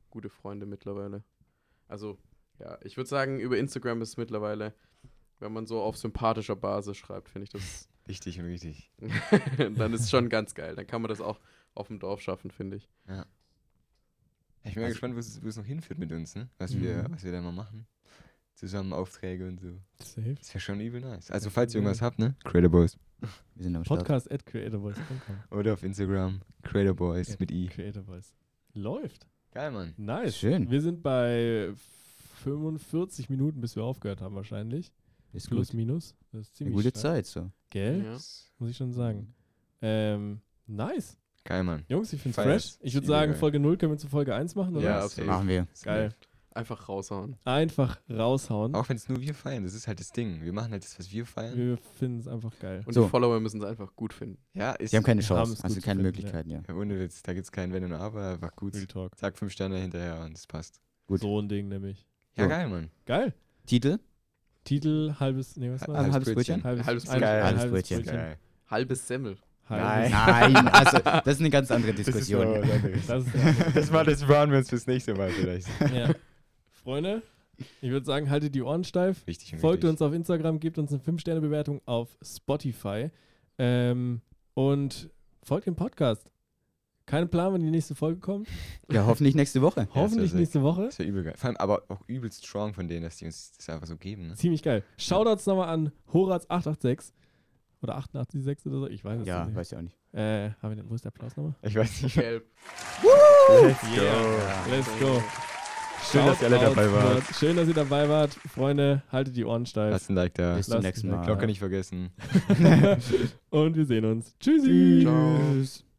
Speaker 4: gute Freunde mittlerweile. Also, ja, ich würde sagen, über Instagram ist es mittlerweile, wenn man so auf sympathischer Basis schreibt, finde ich das.
Speaker 2: Richtig und richtig.
Speaker 4: Dann ist es schon ganz geil. Dann kann man das auch auf dem Dorf schaffen, finde ich.
Speaker 2: Ja. Ich bin mal gespannt, wo es noch hinführt mit uns, ne? Was wir da mal machen. Zusammen Aufträge und so.
Speaker 1: Safe.
Speaker 2: Das wäre schon übel nice. Also falls ihr irgendwas habt, ne? Creator Boys.
Speaker 3: Wir sind am Start.
Speaker 1: Podcast@creatorboys.com.
Speaker 2: Oder auf Instagram. Creator Boys mit I.
Speaker 1: Creator Boys. Läuft.
Speaker 2: Geil, Mann.
Speaker 1: Nice.
Speaker 3: Schön.
Speaker 1: Wir sind bei 45 Minuten, bis wir aufgehört haben wahrscheinlich.
Speaker 3: Ist
Speaker 1: Plus,
Speaker 3: gut.
Speaker 1: minus. Das ist
Speaker 3: Eine
Speaker 1: ziemlich
Speaker 3: gute
Speaker 1: stark.
Speaker 3: Zeit, so.
Speaker 1: Gell?
Speaker 4: Ja.
Speaker 1: Muss ich schon sagen. Nice.
Speaker 2: Geil, Mann.
Speaker 1: Jungs, ich find's
Speaker 2: Feier's.
Speaker 1: fresh. Ich würde
Speaker 2: Übel
Speaker 1: sagen,
Speaker 2: geil.
Speaker 1: Folge 0 können wir zu Folge 1 machen, oder?
Speaker 4: Ja,
Speaker 2: safe.
Speaker 4: absolut.
Speaker 3: Machen wir.
Speaker 1: Geil.
Speaker 4: Einfach raushauen.
Speaker 1: Einfach raushauen.
Speaker 2: Auch wenn es nur wir feiern, das ist halt das Ding. Wir machen halt das, was wir feiern.
Speaker 1: Wir finden es einfach geil.
Speaker 4: Und
Speaker 3: So.
Speaker 4: die Follower müssen es einfach gut finden.
Speaker 2: Ja, ist.
Speaker 3: Die haben keine
Speaker 1: haben
Speaker 3: Chance,
Speaker 1: es
Speaker 3: also
Speaker 1: gut zu
Speaker 3: keine
Speaker 1: finden,
Speaker 3: Möglichkeiten, ja.
Speaker 2: Ja, ohne Witz, da gibt's kein Wenn und Aber, einfach gut.
Speaker 1: Real Talk.
Speaker 2: Sag 5 Sterne hinterher und es passt.
Speaker 3: Gut.
Speaker 1: So ein Ding nämlich.
Speaker 2: Ja,
Speaker 3: So.
Speaker 2: geil, Mann.
Speaker 1: Geil.
Speaker 3: Titel?
Speaker 1: Titel, halbes, nee, was war
Speaker 3: Halbes
Speaker 1: das?
Speaker 3: Brötchen.
Speaker 1: Halbes
Speaker 4: Halbes
Speaker 1: ein-
Speaker 2: Brötchen.
Speaker 3: Halbes Brötchen.
Speaker 2: Geil.
Speaker 4: Halbes Semmel.
Speaker 1: Halbes-
Speaker 3: Nein, also das ist eine ganz andere Diskussion.
Speaker 1: Das ist
Speaker 2: Das waren wir uns fürs nächste Mal vielleicht.
Speaker 1: ja. Freunde, ich würde sagen, haltet die Ohren steif.
Speaker 2: Wichtig und
Speaker 1: Folgt
Speaker 2: richtig.
Speaker 1: uns auf Instagram, gebt uns eine 5-Sterne-Bewertung auf Spotify und folgt dem Podcast. Kein Plan, wann die nächste Folge kommt.
Speaker 3: Ja, hoffentlich nächste Woche.
Speaker 1: Hoffentlich
Speaker 2: sick.
Speaker 1: nächste Woche.
Speaker 2: Das wäre übel geil. Vor allem aber auch übelst strong von denen, dass die uns das einfach so geben. Ne?
Speaker 1: Ziemlich geil. Shoutouts nochmal an Horaz886 oder 886 oder so. Ich weiß es
Speaker 3: Ja,
Speaker 1: nicht.
Speaker 3: weiß ich auch nicht.
Speaker 1: Haben wir den, wo ist der Applaus nochmal?
Speaker 2: Ich weiß nicht.
Speaker 4: Gelb.
Speaker 2: Let's go.
Speaker 1: Yeah. Let's go.
Speaker 2: Schön, dass ihr alle dabei wart.
Speaker 1: Schön, dass ihr dabei wart. Freunde, haltet die Ohren steif.
Speaker 2: Lasst ein Like da.
Speaker 3: Bis zum
Speaker 1: Lasst
Speaker 3: nächsten
Speaker 1: ein
Speaker 3: Mal.
Speaker 1: Like
Speaker 2: Glocke nicht vergessen.
Speaker 1: Und wir sehen uns. Tschüssi.
Speaker 4: Ciao.
Speaker 3: Tschüss.